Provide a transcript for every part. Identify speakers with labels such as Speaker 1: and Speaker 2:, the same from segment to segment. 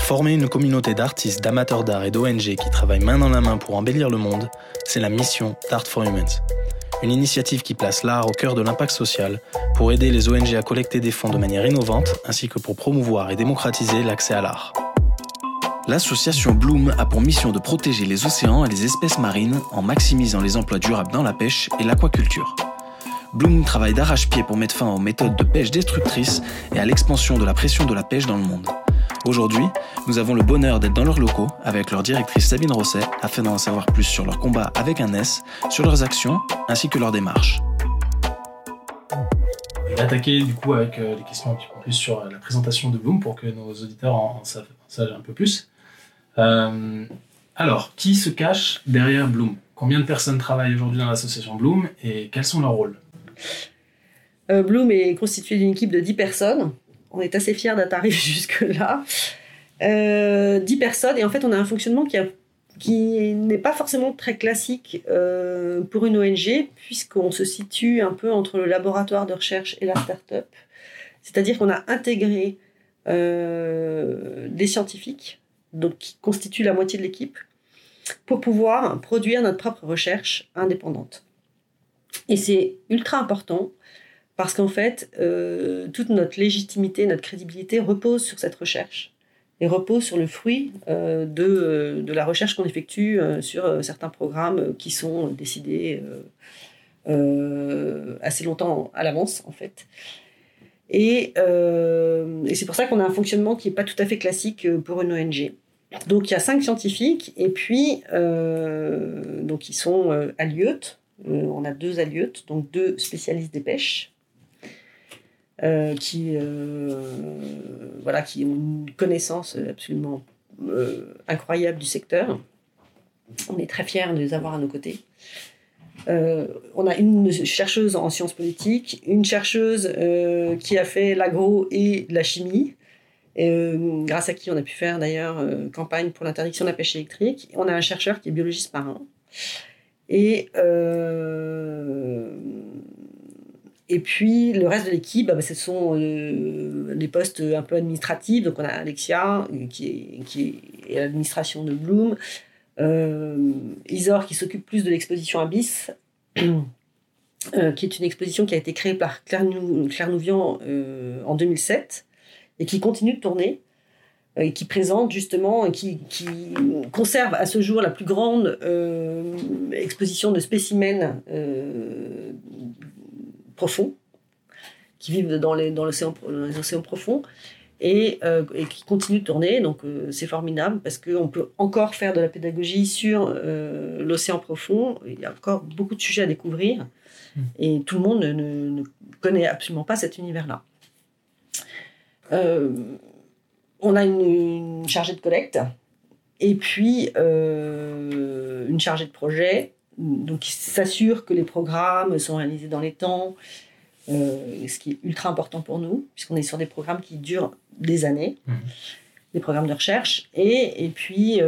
Speaker 1: Former une communauté d'artistes, d'amateurs d'art et d'ONG qui travaillent main dans la main pour embellir le monde, c'est la mission d'Art for Humans. Une initiative qui place l'art au cœur de l'impact social pour aider les ONG à collecter des fonds de manière innovante ainsi que pour promouvoir et démocratiser l'accès à l'art. L'association Bloom a pour mission de protéger les océans et les espèces marines en maximisant les emplois durables dans la pêche et l'aquaculture. Bloom travaille d'arrache-pied pour mettre fin aux méthodes de pêche destructrices et à l'expansion de la pression de la pêche dans le monde. Aujourd'hui, nous avons le bonheur d'être dans leurs locaux avec leur directrice Sabine Rosset afin d'en savoir plus sur leur combat avec un S, sur leurs actions ainsi que leur démarche.
Speaker 2: On va attaquer du coup avec des questions un petit peu plus sur la présentation de Bloom pour que nos auditeurs en savent un peu plus. Alors, qui se cache derrière Bloom ? Combien de personnes travaillent aujourd'hui dans l'association Bloom et quels sont leurs rôles ?
Speaker 3: Bloom est constitué d'une équipe de 10 personnes. On est assez fiers d'être arrivés jusque-là. 10 personnes, et en fait, on a un fonctionnement qui n'est pas forcément très classique pour une ONG, puisqu'on se situe un peu entre le laboratoire de recherche et la start-up. C'est-à-dire qu'on a intégré des scientifiques, donc qui constituent la moitié de l'équipe, pour pouvoir produire notre propre recherche indépendante. Et c'est ultra important, parce qu'en fait, toute notre légitimité, notre crédibilité repose sur cette recherche et repose sur le fruit de la recherche qu'on effectue sur certains programmes qui sont décidés assez longtemps à l'avance, en fait. Et c'est pour ça qu'on a un fonctionnement qui n'est pas tout à fait classique pour une ONG. Donc, il y a 5 scientifiques, et puis, donc, ils sont aliotes. On a 2 aliotes, donc 2 spécialistes des pêches, qui ont une connaissance absolument incroyable du secteur. On est très fiers de les avoir à nos côtés. On a une chercheuse en sciences politiques, une chercheuse qui a fait l'agro et la chimie, grâce à qui on a pu faire d'ailleurs campagne pour l'interdiction de la pêche électrique. On a un chercheur qui est biologiste marin. Et puis, le reste de l'équipe, ce sont des postes un peu administratifs. Donc, on a Alexia, qui est à l'administration de Bloom. Isor, qui s'occupe plus de l'exposition Abyss, qui est une exposition qui a été créée par Claire Nouvian en 2007 et qui continue de tourner. Et qui présente justement, et qui conserve à ce jour la plus grande exposition de spécimens profonds, qui vivent dans les océans profonds, et qui continue de tourner. Donc c'est formidable, parce qu'on peut encore faire de la pédagogie sur l'océan profond. Il y a encore beaucoup de sujets à découvrir, et tout le monde ne connaît absolument pas cet univers-là. On a une chargée de collecte et puis une chargée de projet, donc qui s'assure que les programmes sont réalisés dans les temps, ce qui est ultra important pour nous, puisqu'on est sur des programmes qui durent des années, des programmes de recherche, et puis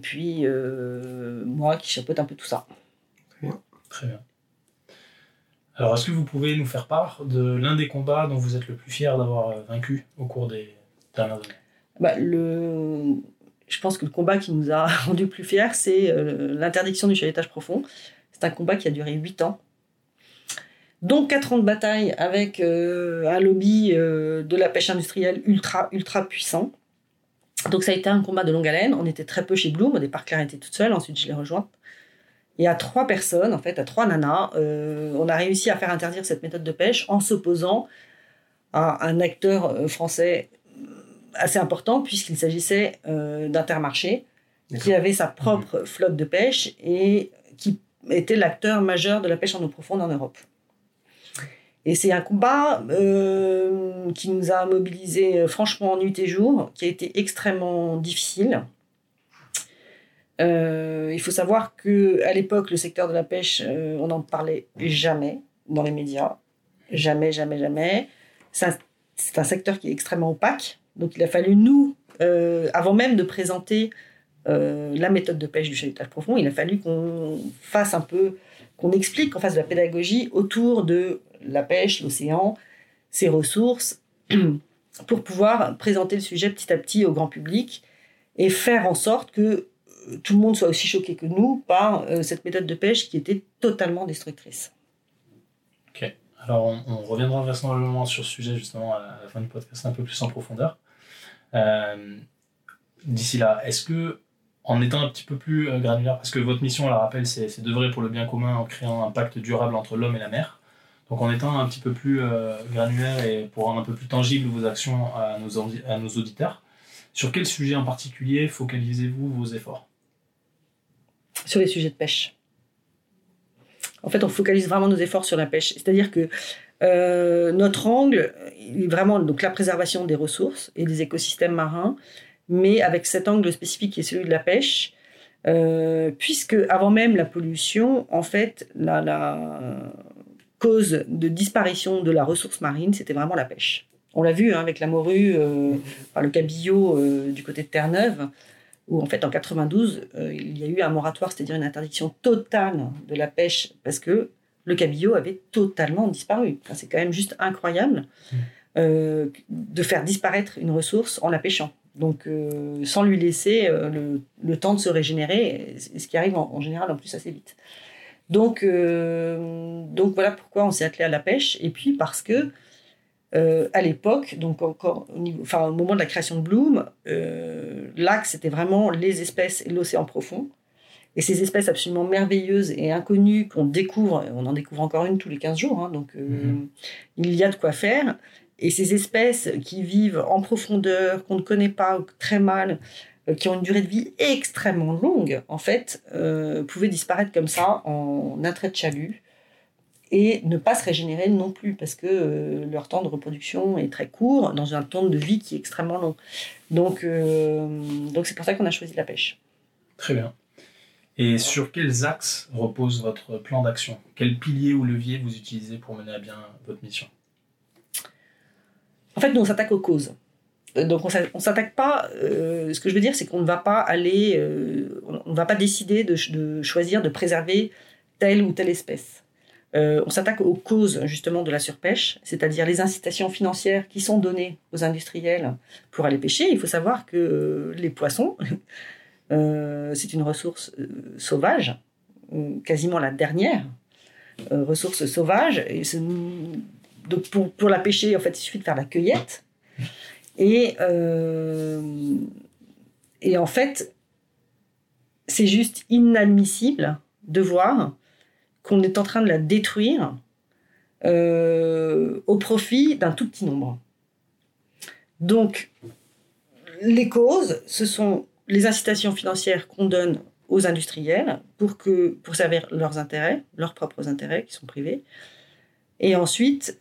Speaker 3: moi qui chapeaute un peu tout ça.
Speaker 2: Très bien. Alors, est-ce que vous pouvez nous faire part de l'un des combats dont vous êtes le plus fier d'avoir vaincu au cours des dernières années ?
Speaker 3: Je pense que le combat qui nous a rendu plus fiers, c'est l'interdiction du chalutage profond. C'est un combat qui a duré 8 ans. Donc 4 ans de bataille avec un lobby de la pêche industrielle ultra puissant. Donc ça a été un combat de longue haleine. On était très peu chez Bloom. Au départ, Claire était toute seule. Ensuite, je l'ai rejointe. Et à 3 personnes, en fait, à 3 nanas, on a réussi à faire interdire cette méthode de pêche en s'opposant à un acteur français assez important, puisqu'il s'agissait d'Intermarché, qui avait sa propre flotte de pêche et qui était l'acteur majeur de la pêche en eau profonde en Europe. Et c'est un combat qui nous a mobilisés franchement nuit et jour, qui a été extrêmement difficile. Il faut savoir qu'à l'époque, le secteur de la pêche, on n'en parlait jamais dans les médias. Jamais. C'est un secteur qui est extrêmement opaque. Donc, il a fallu, nous, avant même de présenter la méthode de pêche du chalutage profond, il a fallu qu'on explique, qu'on fasse de la pédagogie autour de la pêche, l'océan, ses ressources, pour pouvoir présenter le sujet petit à petit au grand public et faire en sorte que tout le monde soit aussi choqué que nous par cette méthode de pêche qui était totalement destructrice.
Speaker 2: Ok. Alors, on reviendra vraisemblablement sur ce sujet justement à la fin du podcast un peu plus en profondeur. D'ici là, est-ce que, en étant un petit peu plus granulaire, parce que votre mission, on la rappelle, c'est d'œuvrer pour le bien commun en créant un pacte durable entre l'homme et la mer. Donc, en étant un petit peu plus granulaire et pour rendre un peu plus tangible vos actions à nos auditeurs, sur quel sujet en particulier focalisez-vous vos efforts ?
Speaker 3: Sur les sujets de pêche. En fait, on focalise vraiment nos efforts sur la pêche. C'est-à-dire que notre angle est vraiment donc, la préservation des ressources et des écosystèmes marins, mais avec cet angle spécifique qui est celui de la pêche, puisque avant même la pollution, en fait, la cause de disparition de la ressource marine, c'était vraiment la pêche. On l'a vu avec la morue, le cabillaud du côté de Terre-Neuve, où en fait en 92, il y a eu un moratoire, c'est-à-dire une interdiction totale de la pêche, parce que le cabillaud avait totalement disparu. Enfin, c'est quand même juste incroyable de faire disparaître une ressource en la pêchant. Donc, sans lui laisser le temps de se régénérer, ce qui arrive en général en plus assez vite. Donc voilà pourquoi on s'est attelé à la pêche. Et puis parce que à l'époque, donc encore au moment de la création de Bloom, l'axe c'était vraiment les espèces et l'océan profond. Et ces espèces absolument merveilleuses et inconnues qu'on découvre, on en découvre encore une tous les 15 jours, donc il y a de quoi faire. Et ces espèces qui vivent en profondeur, qu'on ne connaît pas ou très mal, qui ont une durée de vie extrêmement longue, en fait, pouvaient disparaître comme ça en un trait de chalut et ne pas se régénérer non plus parce que leur temps de reproduction est très court dans un temps de vie qui est extrêmement long. Donc c'est pour ça qu'on a choisi la pêche.
Speaker 2: Très bien. Et sur quels axes repose votre plan d'action ? Quels piliers ou leviers vous utilisez pour mener à bien votre mission ?
Speaker 3: En fait, nous, on s'attaque aux causes. Donc, on s'attaque pas... ce que je veux dire, c'est qu'on ne va pas aller... on ne va pas décider de choisir de préserver telle ou telle espèce. On s'attaque aux causes, justement, de la surpêche, c'est-à-dire les incitations financières qui sont données aux industriels pour aller pêcher. Il faut savoir que les poissons, c'est une ressource sauvage, quasiment la dernière ressource sauvage. Et donc pour la pêcher, en fait, il suffit de faire la cueillette. Et en fait, c'est juste inadmissible de voir qu'on est en train de la détruire au profit d'un tout petit nombre. Donc, les causes, ce sont les incitations financières qu'on donne aux industriels pour servir leurs intérêts, leurs propres intérêts qui sont privés. Et ensuite,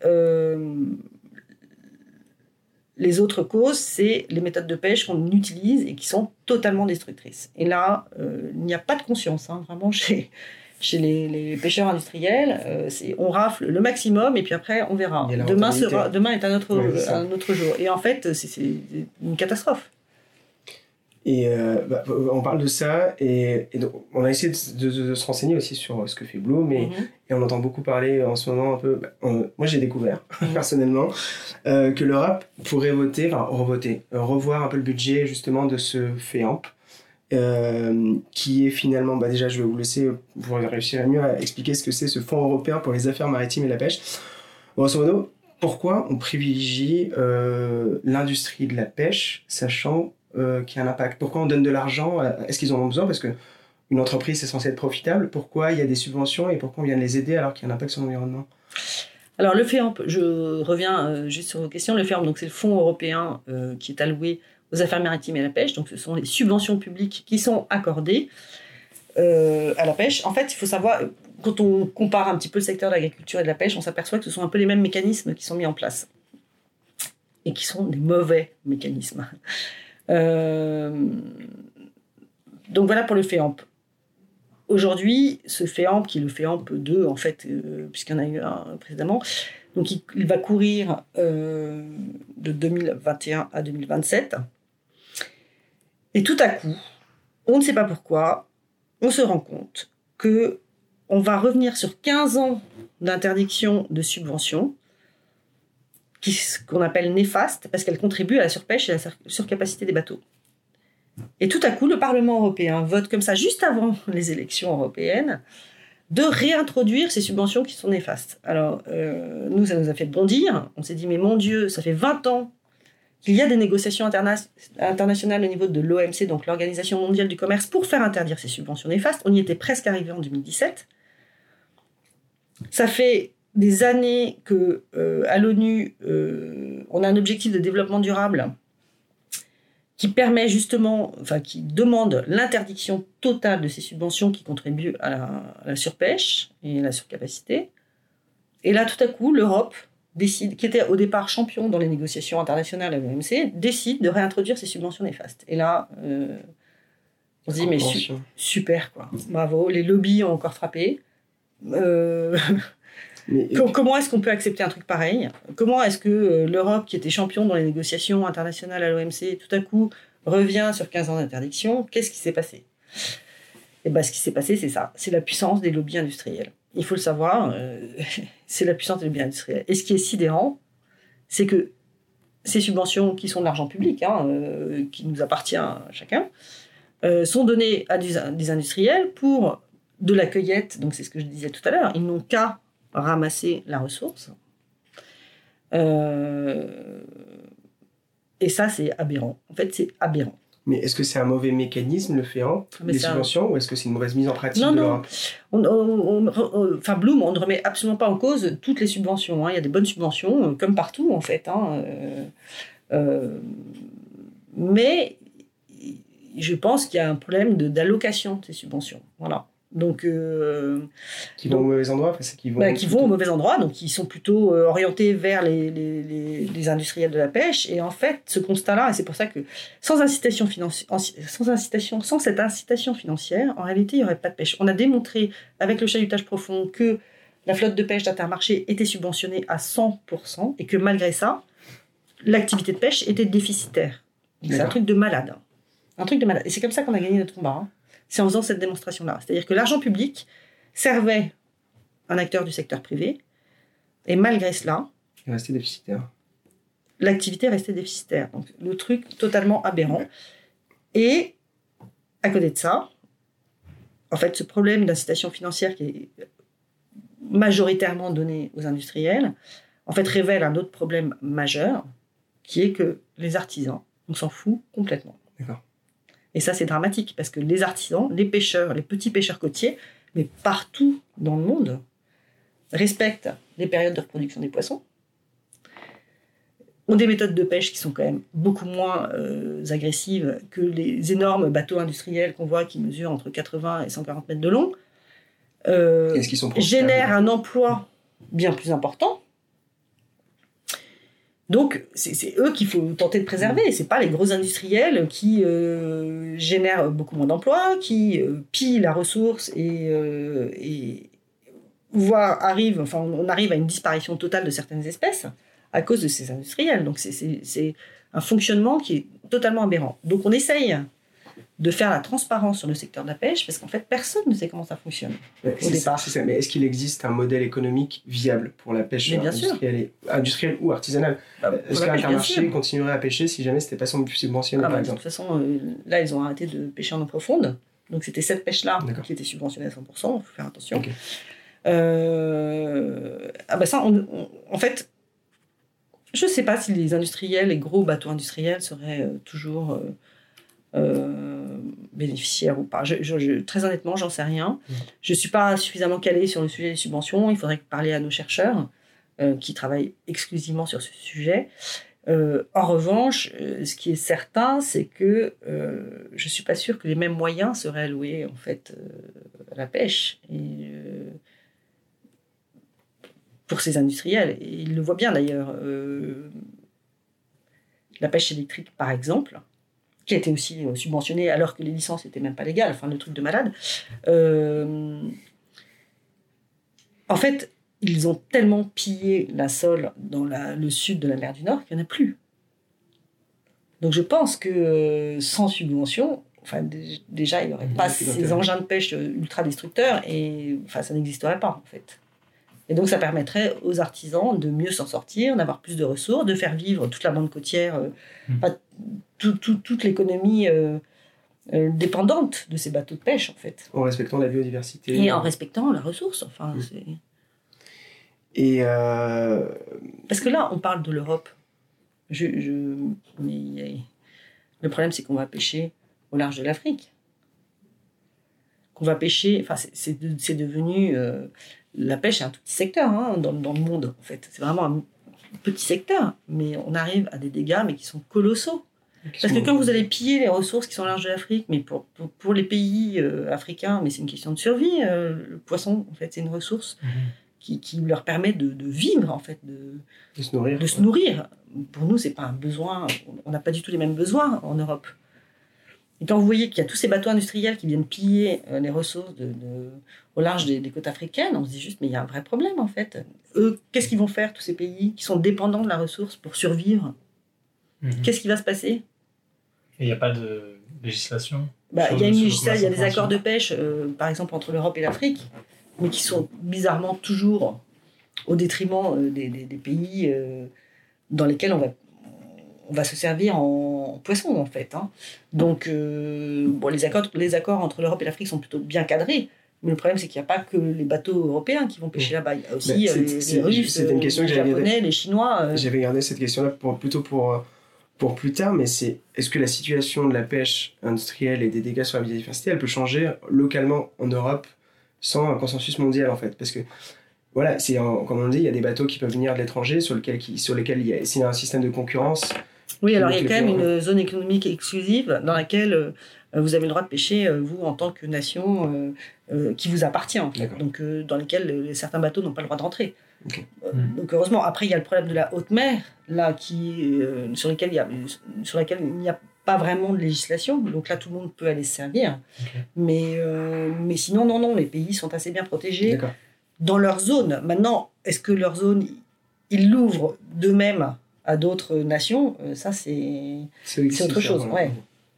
Speaker 3: les autres causes, c'est les méthodes de pêche qu'on utilise et qui sont totalement destructrices. Et là, il n'y a pas de conscience, vraiment, chez les pêcheurs industriels. On rafle le maximum et puis après, on verra. Demain est un autre jour. Et en fait, c'est une catastrophe.
Speaker 4: Et on parle de ça et donc, on a essayé de se renseigner aussi sur ce que fait Bloom et on entend beaucoup parler en ce moment un peu. Moi j'ai découvert personnellement que l'Europe pourrait revoir un peu le budget justement de ce FEAMP qui est finalement, déjà je vais vous laisser, vous réussirez mieux à expliquer ce que c'est ce Fonds européen pour les affaires maritimes et la pêche. Grosso modo, pourquoi on privilégie l'industrie de la pêche sachant qui a un impact. Pourquoi on donne de l'argent ? Est-ce qu'ils en ont besoin ? Parce qu'une entreprise, c'est censé être profitable. Pourquoi il y a des subventions et pourquoi on vient de les aider alors qu'il y a un impact sur l'environnement ?
Speaker 3: Alors, le FEAMP, je reviens juste sur vos questions. Le FEAMP, donc, c'est le fonds européen qui est alloué aux affaires maritimes et à la pêche. Donc, ce sont les subventions publiques qui sont accordées à la pêche. En fait, il faut savoir, quand on compare un petit peu le secteur de l'agriculture et de la pêche, on s'aperçoit que ce sont un peu les mêmes mécanismes qui sont mis en place et qui sont des mauvais mécanismes. Donc voilà pour le FEAMP. Aujourd'hui, ce FEAMP, qui est le FEAMP 2, en fait, puisqu'il y en a eu un précédemment, donc il va courir de 2021 à 2027. Et tout à coup, on ne sait pas pourquoi, on se rend compte qu'on va revenir sur 15 ans d'interdiction de subventions, qu'on appelle néfaste, parce qu'elle contribue à la surpêche et à la surcapacité des bateaux. Et tout à coup, le Parlement européen vote comme ça, juste avant les élections européennes, de réintroduire ces subventions qui sont néfastes. Alors, nous, ça nous a fait bondir. On s'est dit, mais mon Dieu, ça fait 20 ans qu'il y a des négociations internationales au niveau de l'OMC, donc l'Organisation mondiale du commerce, pour faire interdire ces subventions néfastes. On y était presque arrivé en 2017. Ça fait des années que à l'ONU, on a un objectif de développement durable qui permet justement, qui demande l'interdiction totale de ces subventions qui contribuent à la surpêche et à la surcapacité. Et là, tout à coup, l'Europe décide, qui était au départ champion dans les négociations internationales à l'OMC, décide de réintroduire ces subventions néfastes. Et là, on se dit, mais super, quoi. Bravo, les lobbies ont encore frappé. Comment est-ce qu'on peut accepter un truc pareil ? Comment est-ce que l'Europe, qui était champion dans les négociations internationales à l'OMC, tout à coup revient sur 15 ans d'interdiction ? Qu'est-ce qui s'est passé ? Et ben, ce qui s'est passé, c'est ça. C'est la puissance des lobbies industriels. Il faut le savoir, c'est la puissance des lobbies industriels. Et ce qui est sidérant, c'est que ces subventions, qui sont de l'argent public, qui nous appartient à chacun, sont données à des industriels pour de la cueillette. Donc c'est ce que je disais tout à l'heure. Ils n'ont qu'à ramasser la ressource. Et ça, c'est aberrant. En fait, c'est aberrant.
Speaker 4: Mais est-ce que c'est un mauvais mécanisme, le FEAMP, les subventions, ou est-ce que c'est une mauvaise mise en pratique de l'Europe ?
Speaker 3: Bloom, on ne remet absolument pas en cause toutes les subventions. Il y a des bonnes subventions, comme partout, en fait. Mais je pense qu'il y a un problème d'allocation de ces subventions. Voilà. Donc,
Speaker 4: qui vont au mauvais endroit,
Speaker 3: qui vont au mauvais endroit, donc ils sont plutôt orientés vers les industriels de la pêche. Et en fait, ce constat-là, et c'est pour ça que sans cette incitation financière, en réalité, il n'y aurait pas de pêche. On a démontré avec le chalutage profond que la flotte de pêche d'Intermarché était subventionnée à 100% et que malgré ça, l'activité de pêche était déficitaire. C'est un truc de malade. Un truc de malade. Et c'est comme ça qu'on a gagné notre combat. C'est en faisant cette démonstration-là. C'est-à-dire que l'argent public servait un acteur du secteur privé, et malgré cela,
Speaker 4: il restait déficitaire.
Speaker 3: L'activité restait déficitaire. Donc, le truc totalement aberrant. Et, à côté de ça, en fait, ce problème d'incitation financière qui est majoritairement donné aux industriels, en fait, révèle un autre problème majeur, qui est que les artisans, on s'en fout complètement.
Speaker 4: D'accord.
Speaker 3: Et ça, c'est dramatique, parce que les artisans, les pêcheurs, les petits pêcheurs côtiers, mais partout dans le monde, respectent les périodes de reproduction des poissons, ont des méthodes de pêche qui sont quand même beaucoup moins agressives que les énormes bateaux industriels qu'on voit qui mesurent entre 80 et 140 mètres de long, génèrent un emploi bien plus important. Donc, c'est eux qu'il faut tenter de préserver. C'est pas les gros industriels qui génèrent beaucoup moins d'emplois, qui pillent la ressource et on arrive à une disparition totale de certaines espèces à cause de ces industriels. Donc, c'est un fonctionnement qui est totalement aberrant. Donc, on essaye de faire la transparence sur le secteur de la pêche, parce qu'en fait, personne ne sait comment ça fonctionne au départ.
Speaker 4: C'est ça. Mais est-ce qu'il existe un modèle économique viable pour la pêche industrielle ou artisanale ? Est-ce qu'Intermarché continuerait à pêcher si jamais c'était pas subventionné, par exemple ?
Speaker 3: De toute façon, là, ils ont arrêté de pêcher en eau profonde. Donc, c'était cette pêche-là qui était subventionnée à 100%. Il faut faire attention. Okay. En fait, je ne sais pas si les industriels, les gros bateaux industriels seraient toujours... bénéficiaires ou pas. Très honnêtement, j'en sais rien. Je ne suis pas suffisamment calée sur le sujet des subventions. Il faudrait parler à nos chercheurs qui travaillent exclusivement sur ce sujet. En revanche, ce qui est certain, c'est que je ne suis pas sûre que les mêmes moyens seraient alloués en fait, à la pêche. Pour ces industriels. Et ils le voient bien d'ailleurs. La pêche électrique, par exemple, qui a été aussi subventionnée alors que les licences n'étaient même pas légales, enfin le truc de malade. En fait, ils ont tellement pillé la sole dans le sud de la mer du Nord qu'il n'y en a plus. Donc je pense que sans subvention, déjà il n'y aurait pas ces engins de pêche ultra destructeurs et ça n'existerait pas en fait. Et donc ça permettrait aux artisans de mieux s'en sortir, d'avoir plus de ressources, de faire vivre toute la bande côtière, toute l'économie dépendante de ces bateaux de pêche, en fait.
Speaker 4: En respectant la biodiversité.
Speaker 3: Et en respectant la ressource, enfin.
Speaker 4: Et
Speaker 3: parce que là, on parle de l'Europe. Mais le problème, c'est qu'on va pêcher au large de l'Afrique. Qu'on va pêcher... Enfin, c'est devenu... la pêche est un tout petit secteur dans le monde, en fait. C'est vraiment un petit secteur. Mais on arrive à des dégâts, mais qui sont colossaux. Parce que quand vous allez piller les ressources qui sont au large de l'Afrique, mais pour les pays africains, mais c'est une question de survie, le poisson, en fait, c'est une ressource qui leur permet de vivre, en fait, de se nourrir. Pour nous, c'est pas un besoin, on n'a pas du tout les mêmes besoins en Europe. Et quand vous voyez qu'il y a tous ces bateaux industriels qui viennent piller les ressources au large des côtes africaines, on se dit juste, mais il y a un vrai problème, en fait. Eux, qu'est-ce qu'ils vont faire, tous ces pays qui sont dépendants de la ressource pour survivre ? Qu'est-ce qui va se passer ?
Speaker 2: Et il n'y a pas de législation ?
Speaker 3: Il y a une législation, il y a des accords de pêche, par exemple, entre l'Europe et l'Afrique, mais qui sont bizarrement toujours au détriment des pays dans lesquels on va se servir en poisson, en fait. Donc, les accords entre l'Europe et l'Afrique sont plutôt bien cadrés, mais le problème, c'est qu'il n'y a pas que les bateaux européens qui vont pêcher là-bas. Il y a aussi les Russes, les Japonais, les Chinois.
Speaker 4: J'avais gardé cette question-là plutôt pour plus tard, mais est-ce que la situation de la pêche industrielle et des dégâts sur la biodiversité, elle peut changer localement en Europe sans un consensus mondial, en fait ? Parce que, voilà, comme on dit, il y a des bateaux qui peuvent venir de l'étranger sur lesquels s'il y a un système de concurrence...
Speaker 3: Oui, alors il y a quand même une zone économique exclusive dans laquelle vous avez le droit de pêcher, vous, en tant que nation qui vous appartient, en fait. Donc, dans lesquels certains bateaux n'ont pas le droit de rentrer.
Speaker 4: Okay.
Speaker 3: Donc heureusement, après il y a le problème de la haute mer, là, sur laquelle il n'y a pas vraiment de législation, donc là tout le monde peut aller se servir.
Speaker 2: Okay.
Speaker 3: Mais sinon, non, les pays sont assez bien protégés dans leur zone. Maintenant, est-ce que leur zone, ils l'ouvrent d'eux-mêmes à d'autres nations ? Ça, c'est autre chose. Ouais.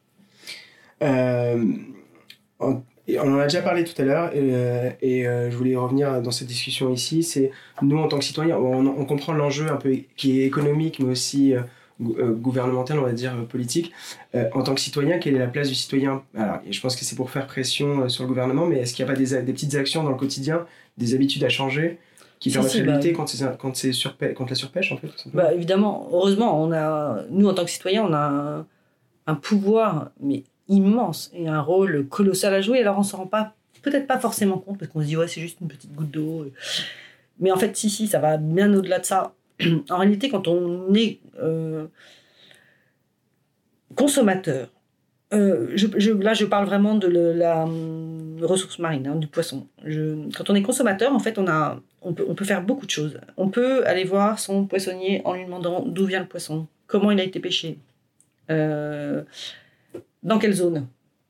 Speaker 4: On en a déjà parlé tout à l'heure et je voulais revenir dans cette discussion ici. C'est nous, en tant que citoyens, on comprend l'enjeu un peu qui est économique, mais aussi gouvernemental, on va dire politique. En tant que citoyen, quelle est la place du citoyen ? Alors, je pense que c'est pour faire pression sur le gouvernement, mais est-ce qu'il n'y a pas des petites actions dans le quotidien, des habitudes à changer qui permettraient de lutter contre la surpêche, en fait, tout simplement ?
Speaker 3: Évidemment, heureusement, nous, en tant que citoyens, on a un pouvoir, mais immense, et un rôle colossal à jouer. Alors on s'en rend peut-être pas forcément compte, parce qu'on se dit c'est juste une petite goutte d'eau, mais en fait si ça va bien au-delà de ça. En réalité, quand on est consommateur, je parle vraiment de la ressource marine, du poisson. Quand on est consommateur, en fait, on peut faire beaucoup de choses. On peut aller voir son poissonnier en lui demandant d'où vient le poisson, comment il a été pêché, dans quelle zone,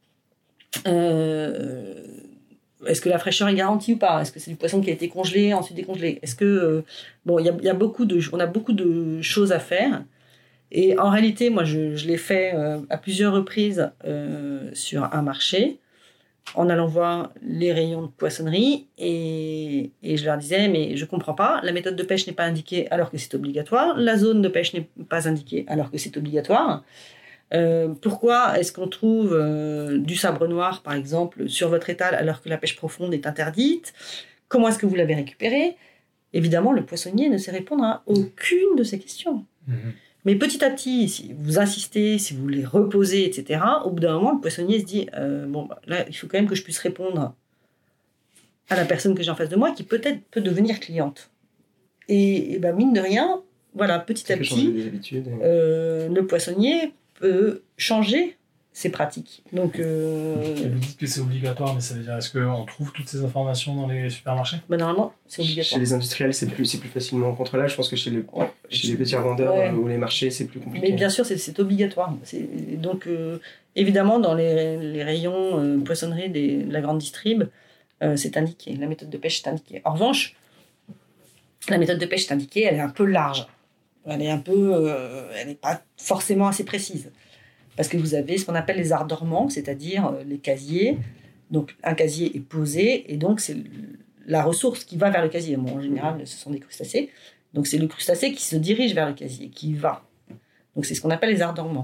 Speaker 3: est-ce que la fraîcheur est garantie ou pas, est-ce que c'est du poisson qui a été congelé, ensuite décongelé, est-ce que il y a beaucoup de choses à faire. Et en réalité, moi je l'ai fait à plusieurs reprises sur un marché, en allant voir les rayons de poissonnerie, et je leur disais, mais je comprends pas, la méthode de pêche n'est pas indiquée alors que c'est obligatoire, la zone de pêche n'est pas indiquée alors que c'est obligatoire. Pourquoi est-ce qu'on trouve du sabre noir, par exemple, sur votre étal alors que la pêche profonde est interdite ? Comment est-ce que vous l'avez récupéré ? Évidemment, le poissonnier ne sait répondre à aucune de ces questions. Mais petit à petit, si vous insistez, si vous les reposez, etc., au bout d'un moment, le poissonnier se dit là, il faut quand même que je puisse répondre à la personne que j'ai en face de moi, qui peut-être peut devenir cliente. Et mine de rien, voilà, petit à petit, le poissonnier peut changer ses pratiques. Donc,
Speaker 2: vous dites que c'est obligatoire, mais ça veut dire, est-ce qu'on trouve toutes ces informations dans les supermarchés ?
Speaker 3: Normalement, c'est obligatoire.
Speaker 4: Chez les industriels, c'est plus facilement contrôlable. Je pense que chez les petits revendeurs ou les marchés, c'est plus compliqué.
Speaker 3: Mais bien sûr, c'est obligatoire. Donc, évidemment, dans les rayons poissonnerie de la grande distrib, c'est indiqué. La méthode de pêche est indiquée. En revanche, la méthode de pêche est indiquée, elle est un peu large. Elle n'est pas forcément assez précise. Parce que vous avez ce qu'on appelle les arts dormants, c'est-à-dire les casiers. Donc, un casier est posé, et donc c'est la ressource qui va vers le casier. Bon, en général, ce sont des crustacés. Donc, c'est le crustacé qui se dirige vers le casier, qui y va. Donc, c'est ce qu'on appelle les arts dormants.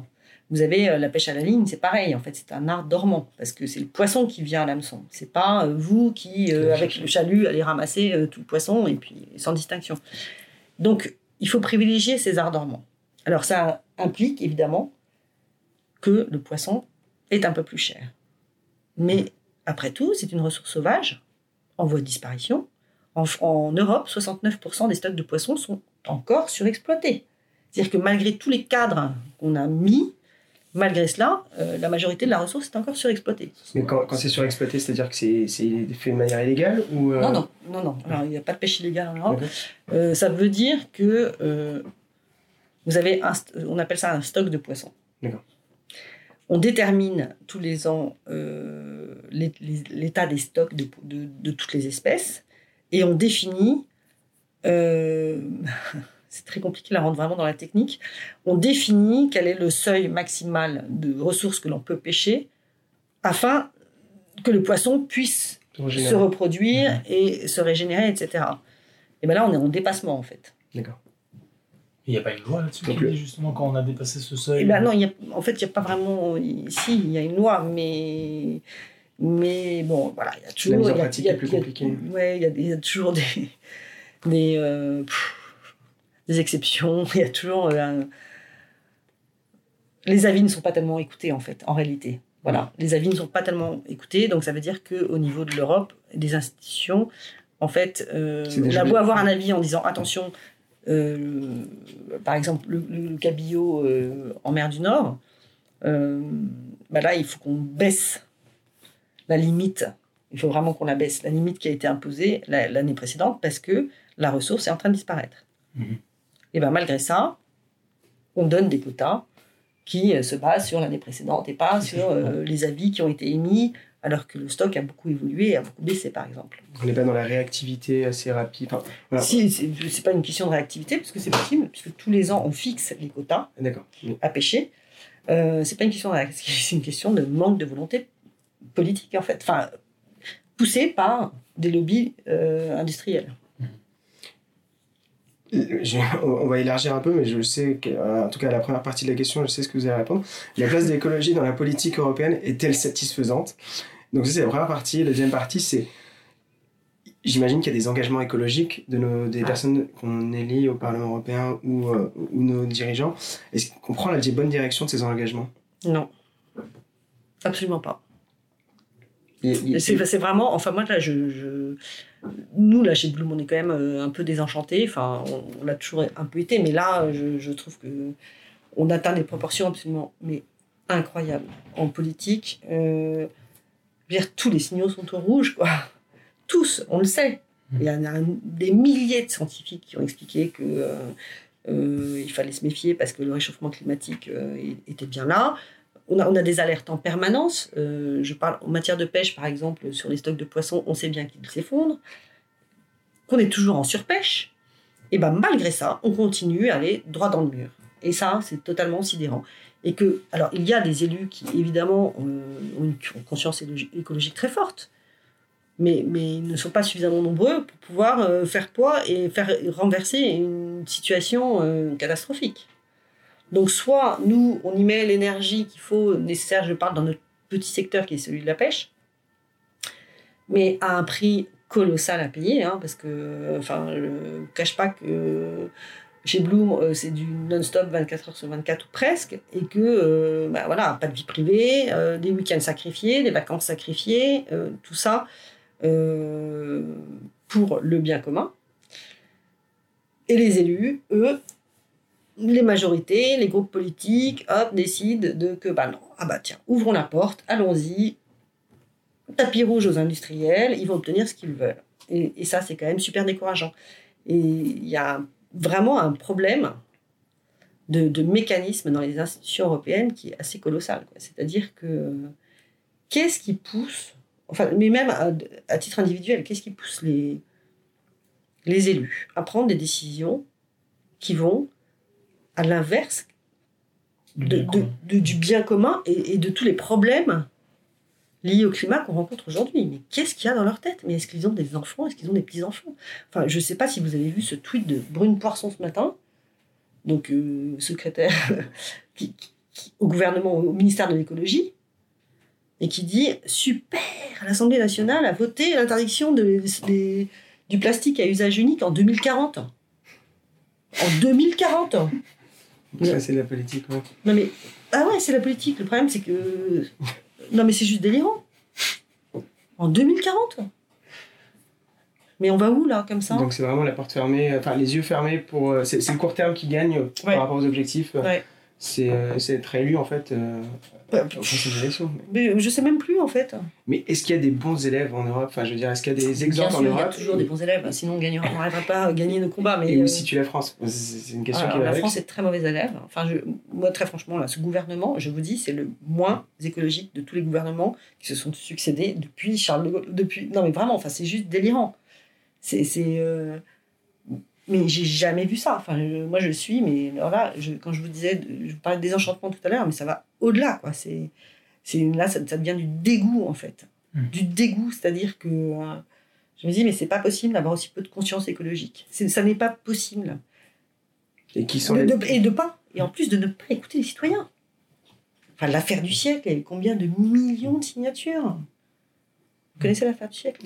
Speaker 3: Vous avez la pêche à la ligne, c'est pareil. En fait, c'est un art dormant parce que c'est le poisson qui vient à l'hameçon. C'est pas vous qui, avec le chalut, allez ramasser tout le poisson et puis sans distinction. Donc, il faut privilégier ces arts dormants. Alors, ça implique évidemment que le poisson est un peu plus cher. Mais après tout, c'est une ressource sauvage en voie de disparition. En Europe, 69% des stocks de poissons sont encore surexploités. C'est-à-dire que malgré tous les cadres qu'on a mis, malgré cela, la majorité de la ressource est encore surexploitée.
Speaker 4: Mais quand c'est surexploité, c'est-à-dire que c'est fait de manière illégale ou
Speaker 3: Non. Alors, il n'y a pas de pêche illégale en Europe. Ça veut dire que vous avez on appelle ça un stock de poissons.
Speaker 4: D'accord.
Speaker 3: On détermine tous les ans l'état des stocks de toutes les espèces et on définit, c'est très compliqué là, on rentre vraiment dans la technique, on définit quel est le seuil maximal de ressources que l'on peut pêcher afin que le poisson puisse se reproduire et se régénérer, etc. Et bien là, on est en dépassement en fait.
Speaker 4: D'accord.
Speaker 2: Il n'y a pas une loi là-dessus qui dit justement quand on a dépassé ce seuil?
Speaker 3: Non, en fait, il n'y a pas vraiment... Si, il y a une loi, mais bon, voilà, il y a toujours...
Speaker 4: La mise en pratique est plus compliquée.
Speaker 3: Oui, il y a toujours des exceptions, il y a toujours... Les avis ne sont pas tellement écoutés, en fait, en réalité. Voilà, les avis ne sont pas tellement écoutés, donc ça veut dire qu'au niveau de l'Europe, des institutions, en fait, on a beau avoir un avis en disant « Attention », par exemple le cabillaud en mer du Nord, là il faut qu'on baisse la limite, il faut vraiment qu'on la baisse, la limite qui a été imposée l'année précédente parce que la ressource est en train de disparaître. Et malgré ça, on donne des quotas qui se basent sur l'année précédente et pas sur les avis qui ont été émis alors que le stock a beaucoup évolué et a beaucoup baissé, par exemple.
Speaker 4: On n'est pas dans la réactivité assez rapide. Enfin, voilà.
Speaker 3: Si, c'est pas une question de réactivité, parce que c'est possible, puisque tous les ans, on fixe les quotas à pêcher. C'est pas une question de réactivité, c'est une question de manque de volonté politique, en fait. Enfin, poussée par des lobbies industriels.
Speaker 4: On va élargir un peu, mais je sais qu'en tout cas, la première partie de la question, je sais ce que vous allez répondre. La place de l'écologie dans la politique européenne est-elle satisfaisante? Donc ça, c'est la première partie. La deuxième partie, c'est... J'imagine qu'il y a des engagements écologiques des personnes qu'on élit au Parlement européen ou nos dirigeants. Est-ce qu'on prend la bonne direction de ces engagements?
Speaker 3: Non. Absolument pas. C'est vraiment... Enfin, moi, là, nous, là, chez Bloom, on est quand même un peu désenchantés. Enfin, on l'a toujours un peu été, mais là, je trouve qu'on atteint des proportions absolument incroyables. En politique, je veux dire, tous les signaux sont au rouge, quoi. Tous, on le sait. Il y en a des milliers de scientifiques qui ont expliqué qu'il fallait se méfier parce que le réchauffement climatique était bien là. On a des alertes en permanence. Je parle en matière de pêche, par exemple, sur les stocks de poissons, on sait bien qu'ils s'effondrent, qu'on est toujours en surpêche. Et malgré ça, on continue à aller droit dans le mur. Et ça, c'est totalement sidérant. Et alors, il y a des élus qui, évidemment, ont une conscience écologique très forte, mais ils ne sont pas suffisamment nombreux pour pouvoir faire poids et faire renverser une situation catastrophique. Donc, soit nous, on y met l'énergie qu'il faut, nécessaire, je parle dans notre petit secteur qui est celui de la pêche, mais à un prix colossal à payer, parce que, je ne cache pas que chez Bloom, c'est du non-stop 24 heures sur 24 ou presque, et que, pas de vie privée, des week-ends sacrifiés, des vacances sacrifiées, tout ça pour le bien commun. Et les élus, eux, les majorités, les groupes politiques, décident que, tiens, ouvrons la porte, allons-y, tapis rouge aux industriels, ils vont obtenir ce qu'ils veulent. Et ça, c'est quand même super décourageant. Et il y a vraiment un problème de mécanisme dans les institutions européennes qui est assez colossal, quoi. C'est-à-dire que qu'est-ce qui pousse, mais même à titre individuel, qu'est-ce qui pousse les élus à prendre des décisions qui vont à l'inverse du bien commun et de tous les problèmes liés au climat qu'on rencontre aujourd'hui. Mais qu'est-ce qu'il y a dans leur tête? Mais est-ce qu'ils ont des enfants? Est-ce qu'ils ont des petits-enfants? Je ne sais pas si vous avez vu ce tweet de Brune Poisson ce matin, donc secrétaire, qui au gouvernement, au ministère de l'écologie, et qui dit super, l'Assemblée nationale a voté l'interdiction du plastique à usage unique en 2040. En 2040.
Speaker 4: Ça, c'est de la politique, ouais.
Speaker 3: Non mais c'est la politique. Le problème, c'est que non mais c'est juste délirant. En 2040. Mais on va où là, comme ça?
Speaker 4: Donc c'est vraiment la porte fermée, enfin les yeux fermés pour. C'est le court terme qui gagne par rapport aux objectifs.
Speaker 3: Ouais.
Speaker 4: C'est être élu en fait pour ces élections.
Speaker 3: Mais je sais même plus en fait.
Speaker 4: Mais est-ce qu'il y a des bons élèves en Europe? Enfin je veux dire, est-ce qu'il y a des exemples en Europe?
Speaker 3: Il y a toujours des bons élèves, sinon on n'arrivera pas à gagner nos combats. Mais
Speaker 4: et où situe la France? C'est une question qui va
Speaker 3: la
Speaker 4: avec.
Speaker 3: France est de très mauvais élève. Enfin, moi très franchement, là, ce gouvernement, je vous dis, c'est le moins écologique de tous les gouvernements qui se sont succédés depuis Charles de Gaulle. Non mais vraiment, enfin, c'est juste délirant. Mais j'ai jamais vu ça. Enfin, moi je suis, mais alors là, quand je vous disais, je vous parlais de désenchantement tout à l'heure, mais ça va au-delà, quoi. Là, ça devient du dégoût, en fait. Du dégoût, c'est-à-dire que je me dis, mais c'est pas possible d'avoir aussi peu de conscience écologique. Ça n'est pas possible.
Speaker 4: Et qui sont
Speaker 3: et en plus de ne pas écouter les citoyens. Enfin, l'affaire du siècle, il y a eu combien de millions de signatures? Vous connaissez l'affaire du siècle?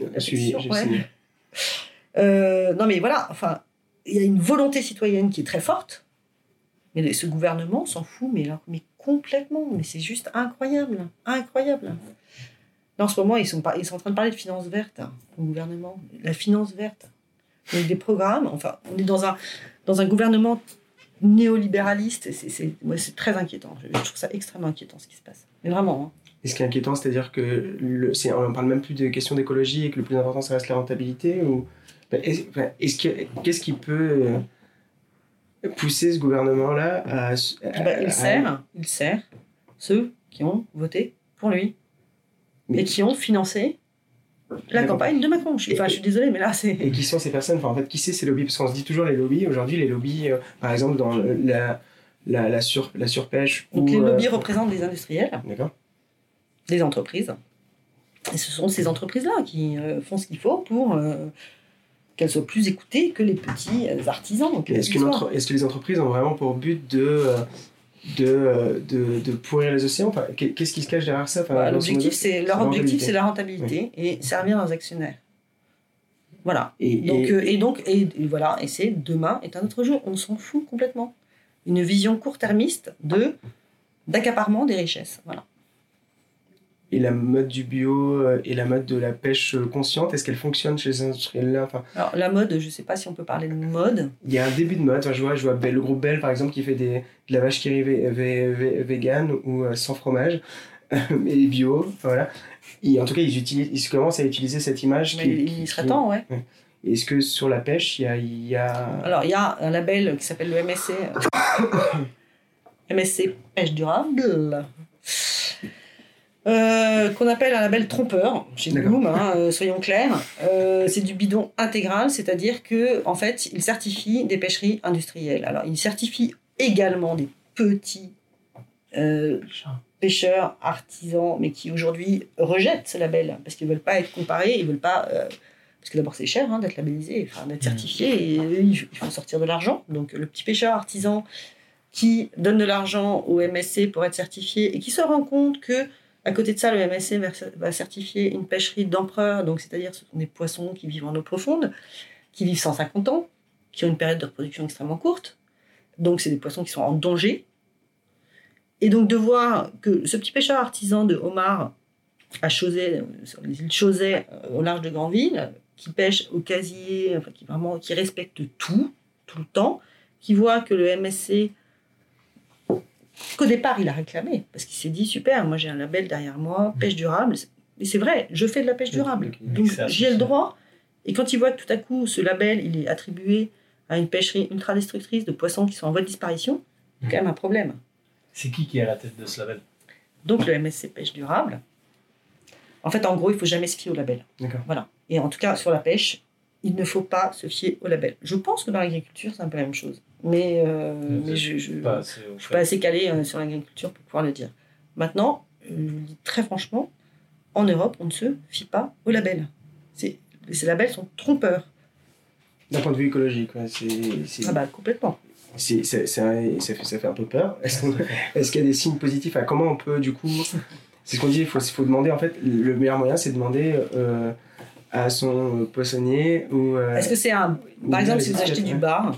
Speaker 3: Non, mais voilà, enfin, il y a une volonté citoyenne qui est très forte, mais ce gouvernement s'en fout, mais complètement. Mais c'est juste incroyable, incroyable. Là, en ce moment, ils sont en train de parler de finance verte, au gouvernement. La finance verte. Avec des programmes, enfin, on est dans un gouvernement néolibéraliste, c'est très inquiétant. Je trouve ça extrêmement inquiétant, ce qui se passe. Mais vraiment, hein.
Speaker 4: Et ce qui est inquiétant, c'est-à-dire que on ne parle même plus de questions d'écologie et que le plus important, ça reste la rentabilité ou... Qu'est-ce qui peut pousser ce gouvernement-là à...
Speaker 3: Il sert ceux qui ont voté pour lui et qui ont financé la campagne de Macron. Je suis désolée, mais là, c'est...
Speaker 4: Et qui sont ces personnes? Enfin, en fait, qui c'est ces lobbies? Parce qu'on se dit toujours les lobbies. Aujourd'hui, les lobbies, par exemple, dans la surpêche...
Speaker 3: Donc les lobbies représentent des industriels.
Speaker 4: D'accord.
Speaker 3: Des entreprises. Et ce sont ces entreprises-là qui font ce qu'il faut pour... qu'elles soient plus écoutées que les petits artisans.
Speaker 4: Est-ce que les entreprises ont vraiment pour but de pourrir les océans? Enfin, qu'est-ce qui se cache derrière ça? Enfin,
Speaker 3: leur objectif, c'est la rentabilité et servir leurs actionnaires. Voilà. Et c'est demain est un autre jour. On s'en fout complètement. Une vision court-termiste d'accaparement des richesses. Voilà.
Speaker 4: Et la mode du bio et la mode de la pêche consciente, est-ce qu'elle fonctionne chez ces industriels-là?
Speaker 3: Alors, la mode, je ne sais pas si on peut parler de mode.
Speaker 4: Il y a un début de mode. Enfin, je vois le groupe Bell, par exemple, qui fait de la vache qui rit vegan ou sans fromage, et bio. Voilà. Et en tout cas, ils commencent à utiliser cette image.
Speaker 3: Il serait temps, ouais.
Speaker 4: Est-ce que sur la pêche, il y a...
Speaker 3: Alors, il y a un label qui s'appelle le MSC. MSC Pêche Durable. Qu'on appelle un label trompeur chez Bloom, soyons clairs. C'est du bidon intégral, c'est-à-dire que en fait, il certifie des pêcheries industrielles. Alors, il certifie également des petits pêcheurs artisans, mais qui aujourd'hui rejettent ce label parce qu'ils veulent pas être comparés, ils veulent pas parce que d'abord c'est cher d'être labellisé, d'être certifié, et il faut sortir de l'argent. Donc le petit pêcheur artisan qui donne de l'argent au MSC pour être certifié et qui se rend compte que à côté de ça, le MSC va certifier une pêcherie d'empereur, donc c'est-à-dire ce sont des poissons qui vivent en eau profonde, qui vivent 150 ans, qui ont une période de reproduction extrêmement courte. Donc c'est des poissons qui sont en danger. Et donc de voir que ce petit pêcheur artisan de homard à Chauzet, sur les îles Chauzet, au large de Granville, qui pêche au casier, qui respecte tout le temps, qui voit que le MSC... qu'au départ, il a réclamé, parce qu'il s'est dit, super, moi j'ai un label derrière moi, pêche durable, et c'est vrai, je fais de la pêche durable, donc j'y ai le droit, et quand il voit que tout à coup, ce label, il est attribué à une pêcherie ultra destructrice de poissons qui sont en voie de disparition, c'est quand même un problème.
Speaker 2: C'est qui est à la tête de ce label?
Speaker 3: Donc le MSC Pêche Durable. En fait, en gros, il ne faut jamais se fier au label.
Speaker 4: D'accord.
Speaker 3: Voilà. Et en tout cas, sur la pêche, il ne faut pas se fier au label. Je pense que dans l'agriculture, c'est un peu la même chose. Mais je ne suis pas assez calé sur l'agriculture pour pouvoir le dire. Maintenant, je vous le dis très franchement, en Europe, on ne se fie pas au label. Ces labels sont trompeurs.
Speaker 4: D'un point de vue écologique, ouais,
Speaker 3: complètement.
Speaker 4: ça fait un peu peur. Est-ce qu'il y a des signes positifs? Comment on peut, du coup... C'est ce qu'on dit, il faut demander, en fait, le meilleur moyen, c'est de demander à son poissonnier ou...
Speaker 3: Est-ce que c'est par exemple, si vous achetez du bar,